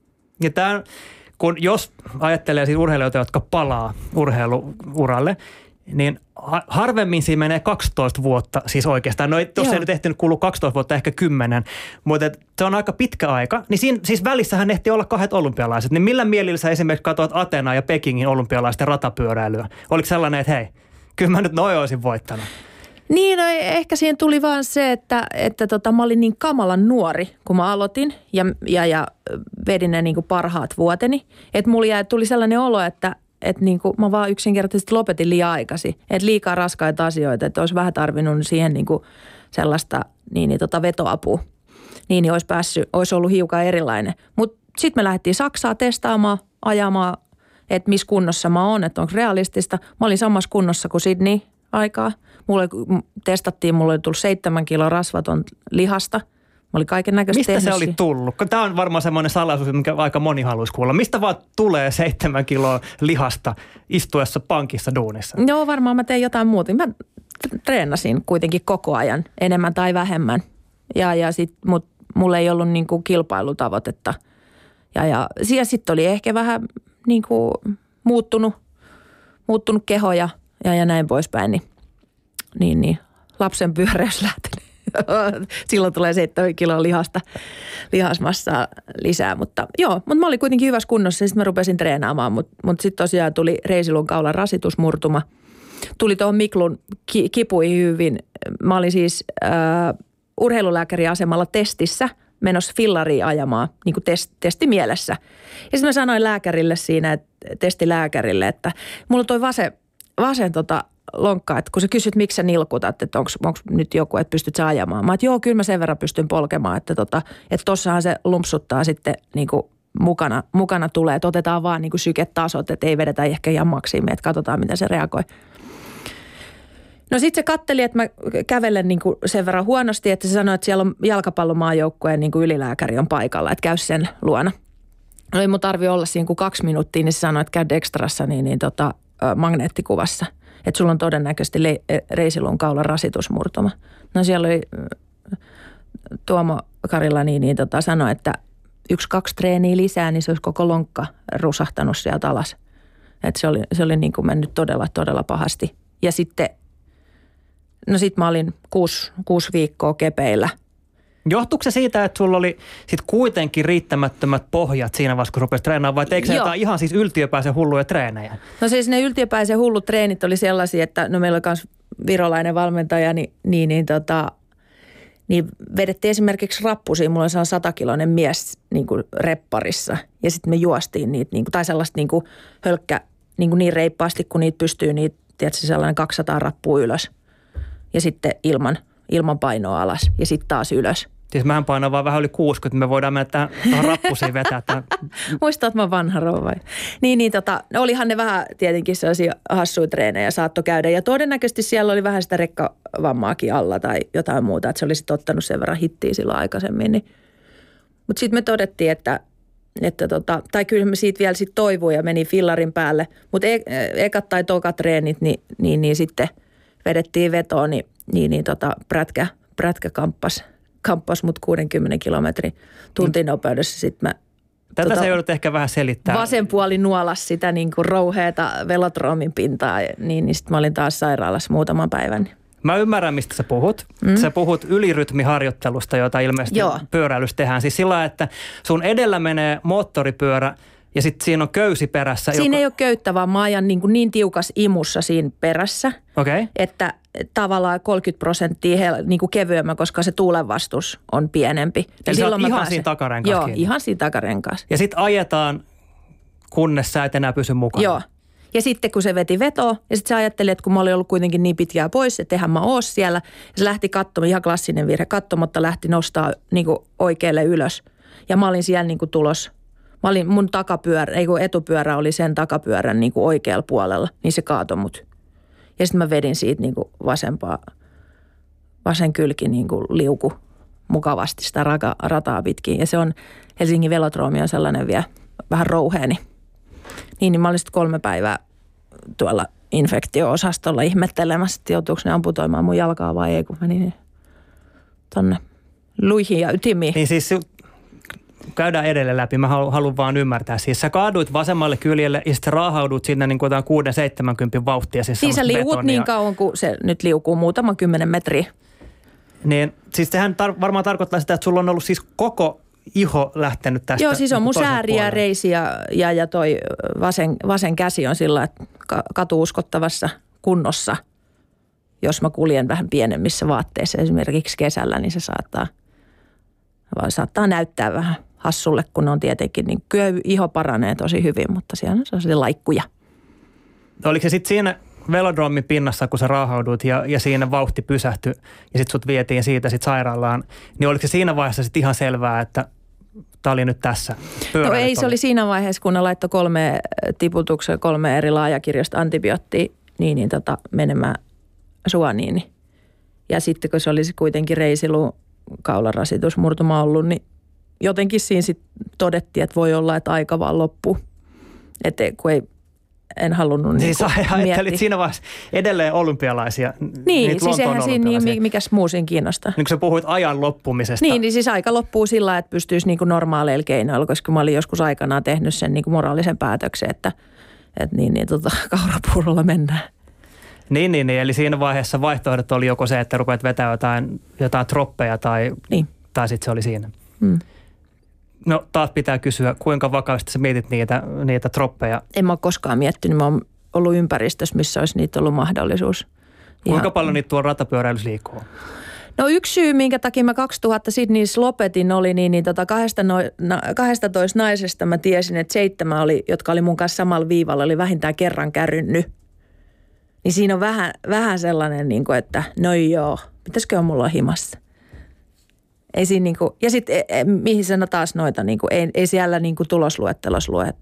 Ja tämä, kun jos ajattelee siitä urheilijoita, jotka palaa urheiluuralle, niin harvemmin siinä menee kaksitoista vuotta, siis oikeastaan. No tuossa ei nyt ehtinyt kulua kaksitoista vuotta, ehkä kymmenen, mutta se on aika pitkä aika. Niin siinä, siis välissähän ehti olla kahdet olympialaiset. Niin millä mielillä sä esimerkiksi katsoit Atena ja Pekingin olympialaisten ratapyöräilyä? Oliko sellainen, että hei, kyllä mä nyt noin olisin voittanut? Niin, no ehkä siihen tuli vaan se, että, että tota, mä olin niin kamalan nuori, kun mä aloitin ja, ja, ja vedin ne niin kuin parhaat vuoteni. Että mulla jäi, tuli sellainen olo, että että niinku mä vaan yksinkertaisesti lopetin liian aikaisin. Että liikaa raskaita asioita, että olisi vähän tarvinnut siihen niinku sellaista niin, niin tota vetoapua. Niin, niin olisi päässyt, olisi ollut hiukan erilainen. Mutta sitten me lähdettiin Saksaa testaamaan, ajamaan, että missä kunnossa mä oon, että onko realistista. Mä olin samassa kunnossa kuin Sydney aikaa. Mulle testattiin, mulla oli tullut seitsemän kiloa rasvaton lihasta. Mä olin kaiken näköistä Mistä tehnyt. se oli tullut? Tämä on varmaan semmoinen salaisuus, mikä aika moni haluaisi kuulla. Mistä vaan tulee seitsemän kiloa lihasta istuessa pankissa duunissa? Joo, varmaan mä tein jotain muuta. Mä treenasin kuitenkin koko ajan, enemmän tai vähemmän. Ja, ja sit, mut mulla ei ollut niinku kilpailutavoitetta. Ja, ja sitten oli ehkä vähän niinku muuttunut, muuttunut keho ja, ja, ja näin poispäin. Niin, niin, niin lapsen pyöräys lähtenyt. Silloin tulee seitsemän kiloa lihasta, lihasmassaa lisää, mutta joo, mutta mä olin kuitenkin hyvässä kunnossa ja sitten mä rupesin treenaamaan, mutta, mutta sitten tosiaan tuli reisilun kaulan rasitusmurtuma. Tuli tuohon Miklun ki, kipuihin hyvin. Mä olin siis äh, urheilulääkäriasemalla testissä menossa fillariin ajamaan, niin kuin test, testimielessä. Ja sitten mä sanoin lääkärille siinä, että, testilääkärille, että mulla toi vasen, vasen tota, lonkka, että kun sä kysyt, miksi sä nilkutat, että onko nyt joku, että pystyt sä ajamaan. Mä että joo, kyllä mä sen verran pystyn polkemaan, että tota, että tossahan se lumpsuttaa sitten niin kuin mukana, mukana tulee, että otetaan vaan niin kuin syketasot, että ei vedetä ehkä ihan maksimiin, että katsotaan, miten se reagoi. No sitten se katteli, että mä kävelen niin kuin sen verran huonosti, että se sanoi, että siellä on jalkapallomaajoukkueen niin kuin ylilääkäri on paikalla, että käy sen luona. No ei mun tarvi olla siinä kuin kaksi minuuttia, niin se sanoi, että käy Dextrassa niin, niin tota, magneettikuvassa. Että sulla on todennäköisesti le- reisilun kaulan rasitusmurtuma. No siellä oli Tuomo Karilla niin, niin tota, sanoi, että yksi, kaksi treeniä lisää, niin se olisi koko lonkka rusahtanut sieltä alas. Että se oli, se oli niin kuin mennyt todella, todella pahasti. Ja sitten, no sit mä olin kuusi, kuusi viikkoa kepeillä. Johtuuko se siitä, että sulla oli sit kuitenkin riittämättömät pohjat siinä vaiheessa, kun rupesit treenaamaan, vai teikö se jotain ihan siis yltiöpäisen hulluja treenejä? No siis ne yltiöpäisen hullut treenit oli sellaisia, että no meillä oli myös virolainen valmentaja, niin, niin, niin, tota, niin vedettiin esimerkiksi rappusia. Mulla oli satakiloinen mies niin kuin repparissa ja sitten me juostiin niitä, niin kuin, tai sellaista niin kuin hölkkä niin, kuin niin reippaasti, kun niitä pystyy, niin tiedätkö, sellainen kaksisataa rappua ylös ja sitten ilman. ilman painoa alas ja sitten taas ylös. Siis mähän painan vaan vähän yli kuusikymmentä, me voidaan mennä tähän rappusiin vetää tämän. Muistat, että mä vanha rouva. Niin, niin tota, olihan ne vähän tietenkin sellaisia hassuja treenejä saattoi käydä. Ja todennäköisesti siellä oli vähän sitä rekkavammaakin alla tai jotain muuta, että se olisi ottanut sen verran hittiä silloin aikaisemmin. Niin. Mutta sitten me todettiin, että, että tota, tai kyllä mä siitä vielä sit toivuin ja meni fillarin päälle. Mutta e, ekat tai tokat treenit, niin, niin, niin sitten vedettiin vetoon, niin, niin, niin tota, prätkä, prätkä kamppas, kamppas mut kuudenkymmenen kilometrin tuntinopeudessa. Sitten mä Tätä tota, sä joudut ehkä vähän selittämään. vasen puoli nuolas sitä niin kuin rouheata velotroomin pintaa, niin, niin sitten mä olin taas sairaalassa muutaman päivän. Mä ymmärrän, mistä sä puhut. Mm. Sä puhut ylirytmiharjoittelusta, jota ilmeisesti Joo. pyöräilyssä tehdään. Siis sillä, että sun edellä menee moottoripyörä ja sitten siinä on köysi perässä. Siinä joka... ei ole köyttä, vaan mä ajan niin, kuin niin tiukas imussa siinä perässä, okay. että tavallaan kolmekymmentä prosenttia hel, niin kuin kevyemmä, koska se tuulenvastus on pienempi. Eli sä oot ihan pääsen... siinä takarenkaassa Joo, kiinni. ihan siinä takarenkaassa. Ja sitten ajetaan, kunnes sä et enää pysy mukana. Joo. Ja sitten kun se veti vetoa, ja sitten se ajatteli, että kun mä olin ollut kuitenkin niin pitkään pois, että eihän mä oo siellä. Ja se lähti katsomaan, ihan klassinen virhe, katsomatta lähti nostaa niin kuin oikealle ylös. Ja mä olin siellä niin kuin tulos. Mä olin, mun takapyörä, ei kun etupyörä oli sen takapyörän niin kuin oikealla puolella, niin se kaatoi mut. Ja sitten mä vedin siitä niin kuin vasempaa, vasen kylki niin kuin liuku mukavasti sitä raka, rataa pitkin. Ja se on, Helsingin velodroomi on sellainen vielä vähän rouheeni. Niin, niin mä olin sitten kolme päivää tuolla infektio-osastolla ihmettelemässä, että joutuuko ne amputoimaan mun jalkaa vai ei, kun menin tonne luihin ja ytimiin. Niin siis käydään edelleen läpi. Mä haluan, haluan vaan ymmärtää. Siis sä kaaduit vasemmalle kyljelle ja sitten raahaudut sinne niin kuin kuusi seitsemänkymmentä vauhtia. Siis niin sä liukut betonia. niin kauan, kun se nyt liukuu muutaman kymmenen metriä. Niin siis sehän tar- varmaan tarkoittaa sitä, että sulla on ollut siis koko iho lähtenyt tästä. Joo, siis on niin mun sääri ja puolelle. reisi ja, ja, ja toi vasen, vasen käsi on sillä että katuuskottavassa kunnossa. Jos mä kuljen vähän pienemmissä vaatteissa esimerkiksi kesällä, niin se saattaa, vaan saattaa näyttää vähän hassulle, kun on tietenkin, niin kyllä iho paranee tosi hyvin, mutta siellä on sellaisia laikkuja. Oliko se sitten siinä velodromin pinnassa, kun sä raahauduit ja, ja siinä vauhti pysähtyi ja sitten sut vietiin siitä sitten sairaalaan, niin oliko se siinä vaiheessa sitten ihan selvää, että tämä oli nyt tässä? No ei, se oli siinä vaiheessa, kun ne laittoi kolme tiputuksen, kolme eri laajakirjasta antibioottia niin, niin tota, menemään suoniin. Ja sitten kun se olisi kuitenkin reisilu kaularasitusmurtuma ollut, niin jotenkin siinä sitten todettiin, että voi olla, että aika vaan loppuu. Että kun ei, en halunnut niin Siis ajattelit siinä vaiheessa edelleen olympialaisia. Niin, siis eihän siinä, niin, mikäs muu siinä kiinnostaa. Niin kun sä puhuit ajan loppumisesta. Niin, niin siis aika loppuu sillä, että pystyisi niin kuin normaaleilla keinoilla, koska mä olin joskus aikanaan tehnyt sen niin kuin moraalisen päätöksen, että, että niin, niin tota, kaurapuurolla mennään. Niin, niin, niin, eli siinä vaiheessa vaihtoehdot oli joko se, että rupeat vetämään jotain, jotain troppeja tai, niin. tai sitten se oli siinä. Hmm. No taas pitää kysyä, kuinka vakavasti sä mietit niitä, niitä troppeja? En mä ole koskaan miettinyt. Mä oon ollut ympäristössä, missä olisi niitä ollut mahdollisuus. Kuinka Ihan... paljon niitä tuolla ratapyöräilyssä liikkuu? No yksi syy, minkä takia mä kaksituhatta Sydneyssä lopetin, oli niin, niin tota kaksitoista naisesta mä tiesin, että seitsemän oli, jotka oli mun kanssa samalla viivalla, oli vähintään kerran kärrynnyt. Niin siinä on vähän, vähän sellainen, niin kuin, että no joo, pitäisikö mulla olla himassa? Ei siinä niin kuin, ja sitten e, mihin sä taas noita, niin kuin, ei, ei siellä niin kuin tulosluettelossa lue.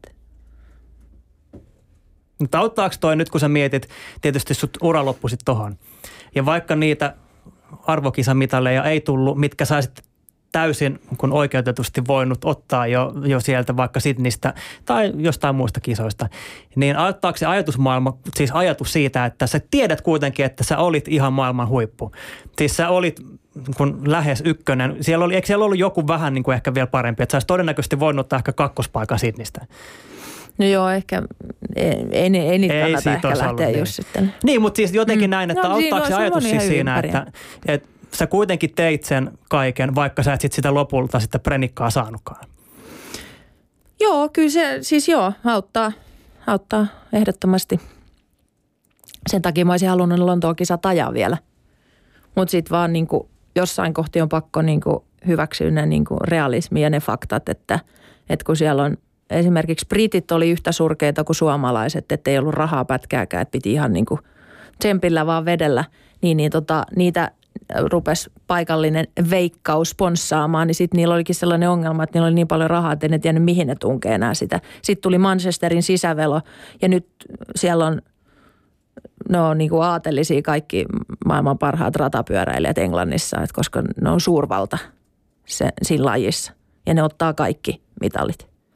Mutta auttaako toi nyt, kun sä mietit, tietysti sut ura loppui sit tohon. Ja vaikka niitä arvokisamitaleja ei tullut, mitkä saisit täysin kun oikeutetusti voinut ottaa jo, jo sieltä vaikka Sydneystä tai jostain muista kisoista, niin auttaako se ajatusmaailma, siis ajatus siitä, että sä tiedät kuitenkin, että sä olit ihan maailman huippu. Siis sä olit kun lähes ykkönen. Siellä oli, eikö siellä ollut joku vähän niin kuin ehkä vielä parempi, että sä olisi todennäköisesti voinut ottaa ehkä kakkospaikan Sydneystä? No joo, ehkä ei, ei, ei niitä ei kannata ehkä lähteä niin. just sitten. Niin, mutta siis jotenkin mm. näin, että no, auttaako se ajatus siis siinä, ympäri. että, että sä kuitenkin teit sen kaiken, vaikka sä et sit sitä lopulta sitä prenikkaa saanutkaan. Joo, kyllä se siis joo, auttaa, auttaa ehdottomasti. Sen takia mä olisin halunnut Lontoon kisat ajaa vielä. Mutta sitten vaan niin kuin jossain kohti on pakko niin kuin hyväksyä ne niin kuin realismi ja ne faktat, että, että kun siellä on esimerkiksi britit oli yhtä surkeita kuin suomalaiset, että ei ollut rahaa pätkääkään, että piti ihan niin kuin tsempillä vaan vedellä, niin, niin tota, niitä rupesi paikallinen Veikkaus sponssaamaan, niin sitten niillä olikin sellainen ongelma, että niillä oli niin paljon rahaa, että ei ne tiennyt, mihin ne tunkee enää sitä. Sitten tuli Manchesterin sisävelo ja nyt siellä on no niin kuin aatelisia kaikki maailman parhaat ratapyöräilijät Englannissa, että koska ne on suurvalta se, siinä lajissa ja ne ottaa kaikki mitalit.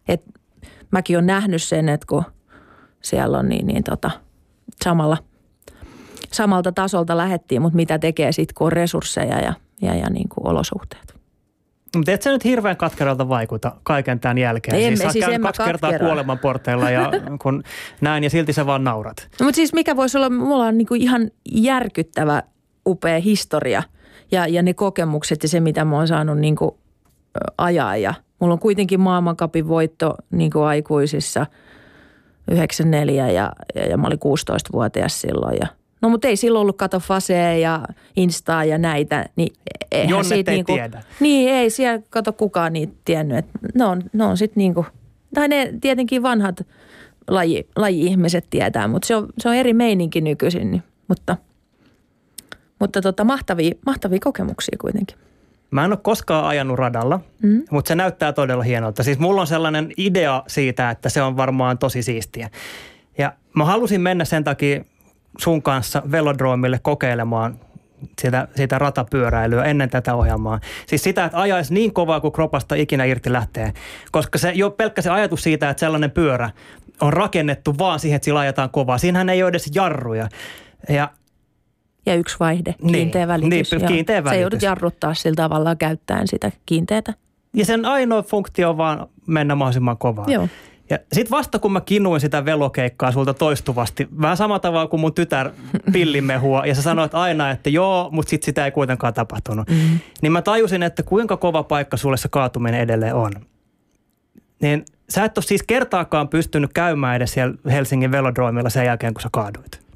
Et mäkin olen nähnyt sen, että kun siellä on niin, niin tota, samalla, samalta tasolta lähettiin, mutta mitä tekee sitten, kun on resursseja ja, ja, ja niin kuin olosuhteet. Mutta et sä nyt hirveän katkeralta vaikuta kaiken tämän jälkeen. Emme, siis sä siis käynyt en mä kaksi kertaa katkera. kuoleman porteilla ja kun näin ja silti sä vaan naurat. No, mutta siis mikä voisi olla, mulla on niinku ihan järkyttävä upea historia ja, ja ne kokemukset ja se, mitä mä oon saanut niinku ajaa. Ja mulla on kuitenkin maailmancupin voitto niinku aikuisissa yhdeksänkymmentäneljä ja, ja, ja mä olin kuusitoistavuotias silloin. Ja, no mutta ei silloin ollut kato Fasea ja Instaa ja näitä. Niin eihän Jonnet siitä ei niinku, tiedä. Niin ei siellä kato kukaan niitä tiennyt. Et ne on, ne on sitten niinku, tai ne tietenkin vanhat laji, laji-ihmiset tietää, mutta se on, se on eri meininki nykyisin. Niin, mutta mutta tota, mahtavia, mahtavia kokemuksia kuitenkin. Mä en ole koskaan ajanut radalla, mm. mutta se näyttää todella hienolta. Siis mulla on sellainen idea siitä, että se on varmaan tosi siistiä. Ja mä halusin mennä sen takia sun kanssa velodroomille kokeilemaan sitä, sitä ratapyöräilyä ennen tätä ohjelmaa. Siis sitä, että ajaisi niin kovaa kuin kropasta ikinä irti lähtee. Koska se jo pelkkä se ajatus siitä, että sellainen pyörä on rakennettu vaan siihen, että sillä ajetaan kovaa. Siinähän ei ole edes jarruja. Ja Ja yksi vaihde, Niin, kiinteä välitys. niin, kiinteä Se välitys. joudut jarruttaa sillä tavalla käyttäen sitä kiinteätä. Ja sen ainoa funktio on vaan mennä mahdollisimman kovaa. Joo. Ja sit vasta kun mä kinuin sitä velokeikkaa sulta toistuvasti, vähän sama tavalla kuin mun tytär pillimehua, ja sä sanoit aina, että joo, mutta sit sitä ei kuitenkaan tapahtunut. Mm-hmm. Niin mä tajusin, että kuinka kova paikka sulle se kaatuminen edelleen on. Niin sä et ole siis kertaakaan pystynyt käymään edes siellä Helsingin velodroomilla sen jälkeen, kun sä kaaduit.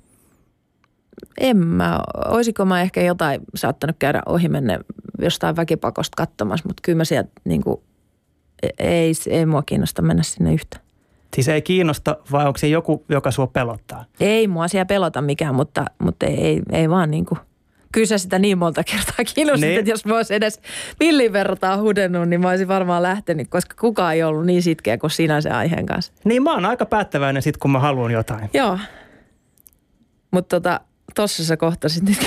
En mä, olisiko mä ehkä jotain saattanut käydä ohi menne jostain väkipakosta katsomassa, mutta kyllä mä sieltä niin kuin, ei, ei mua kiinnosta mennä sinne yhtään. Siis ei kiinnosta, vai onko se joku, joka sua pelottaa? Ei mua siellä pelota mikään, mutta, mutta ei, ei, ei vaan niin kuin, kyllä sä sitä niin monta kertaa kiinnostit, niin. että jos mä olisin edes millin verran hudennut, niin mä olisin varmaan lähtenyt, koska kukaan ei ollut niin sitkeä kuin sinä sen aiheen kanssa. Niin mä oon aika päättäväinen sit, kun mä haluan jotain. Joo, mutta tota, tossa sä kohtasit nyt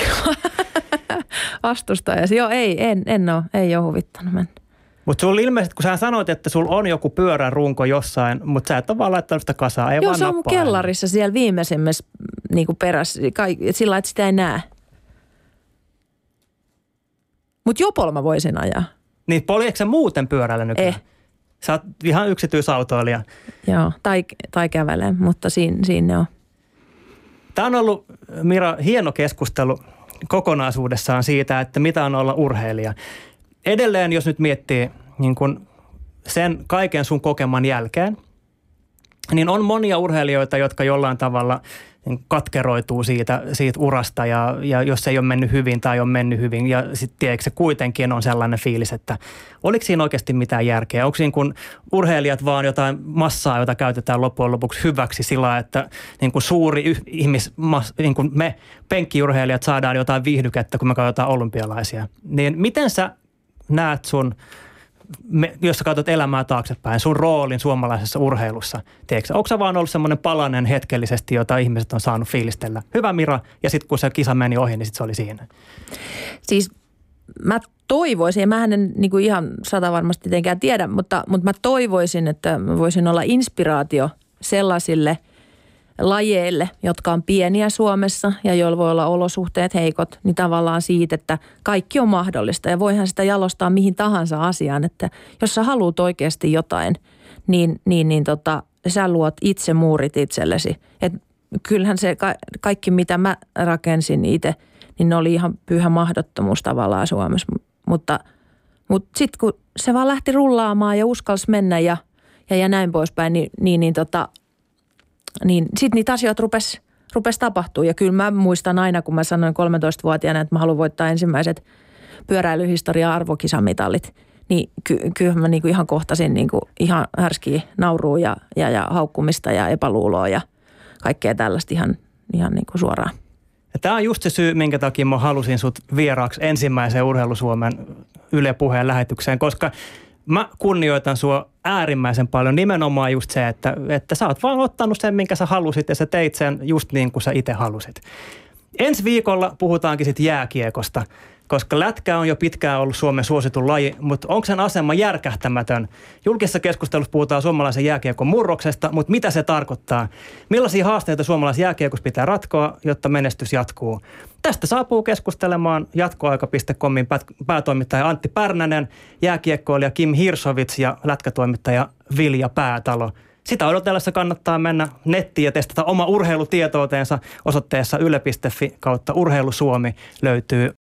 vastustajasi. Joo, ei, en, en ole, ei ole huvittanut mennä. Mutta sulla ilmeisesti, kun sä sanoit, että sulla on joku pyörän runko jossain, mutta sä et ole vaan laittanut sitä kasaan, ei Joo, vaan se on mun nappaa kellarissa siellä viimeisimmässä niin kuin perässä, sillä lailla, että sitä ei näe. Mutta jopolla mä voisin ajaa. Niin poljeeko sä muuten pyörällä nykyään? Eh. Sä oot ihan yksityisautoilija. Joo, tai, tai kävelee, mutta siinä, siinä on. Tämä on ollut, Mira, hieno keskustelu kokonaisuudessaan siitä, että mitä on olla urheilija. Edelleen, jos nyt miettii niin kun sen kaiken sun kokeman jälkeen, niin on monia urheilijoita, jotka jollain tavalla katkeroituu siitä, siitä urasta ja, ja jos ei ole mennyt hyvin tai on mennyt hyvin ja sitten tiedätkö se kuitenkin on sellainen fiilis, että oliko siinä oikeasti mitään järkeä? Onko siinä kun urheilijat vaan jotain massaa, jota käytetään loppujen lopuksi hyväksi sillä, että niin kuin suuri yh, ihmis, mas, niin kuin me penkkiurheilijat saadaan jotain viihdykettä, kun me katsotaan olympialaisia. Niin miten sä näet sun, me, jos sä katsot elämää taaksepäin, sun roolin suomalaisessa urheilussa, tiedätkö, onko sä vaan ollut semmoinen palanen hetkellisesti, jota ihmiset on saanut fiilistellä? Hyvä Mira, ja sitten kun se kisa meni ohi, niin sitten se oli siinä. Siis mä toivoisin, ja mähän en niin kuin ihan sata varmasti tietenkään tiedä, mutta, mutta mä toivoisin, että mä voisin olla inspiraatio sellaisille lajeille, jotka on pieniä Suomessa ja joilla voi olla olosuhteet heikot, niin tavallaan siitä, että kaikki on mahdollista ja voihan sitä jalostaa mihin tahansa asiaan, että jos sä haluat oikeasti jotain, niin, niin, niin tota, sä luot itse muurit itsellesi. Et kyllähän se ka- kaikki, mitä mä rakensin itse, niin ne oli ihan pyhä mahdottomuus tavallaan Suomessa, mutta, mutta sitten kun se vaan lähti rullaamaan ja uskalsi mennä ja, ja, ja näin poispäin, niin, niin, niin tota, niin sitten niitä asioita rupesi rupes tapahtua. Ja kyllä mä muistan aina, kun mä sanoin kolmetoistavuotiaana, että mä haluan voittaa ensimmäiset pyöräilyhistorian arvokisamitalit. Niin ky- kyllä mä niinku ihan kohtasin niinku ihan härskiä naurua ja, ja, ja haukkumista ja epäluuloa ja kaikkea tällaista ihan, ihan niinku suoraan. Tämä on just se syy, minkä takia mä halusin sut vieraaksi ensimmäiseen Urheilusuomen Yle Puheen lähetykseen, koska mä kunnioitan sua äärimmäisen paljon nimenomaan just se, että, että sä oot vaan ottanut sen, minkä sä halusit ja sä teit sen just niin kuin sä itse halusit. Ensi viikolla puhutaankin sitten jääkiekosta, koska lätkä on jo pitkään ollut Suomen suositun laji, mutta onko sen asema järkähtämätön? Julkisessa keskustelussa puhutaan suomalaisen jääkiekon murroksesta, mutta mitä se tarkoittaa? Millaisia haasteita suomalaisen jääkiekossa pitää ratkoa, jotta menestys jatkuu? Tästä saapuu keskustelemaan jatkoaika piste comin päätoimittaja Antti Pärnänen, jääkiekkoilija Kim Hirsovits ja lätkätoimittaja Vilja Päätalo. Sitä odotellessa kannattaa mennä nettiin ja testata oma urheilutietouteensa osoitteessa yle piste fi kautta urheilusuomi löytyy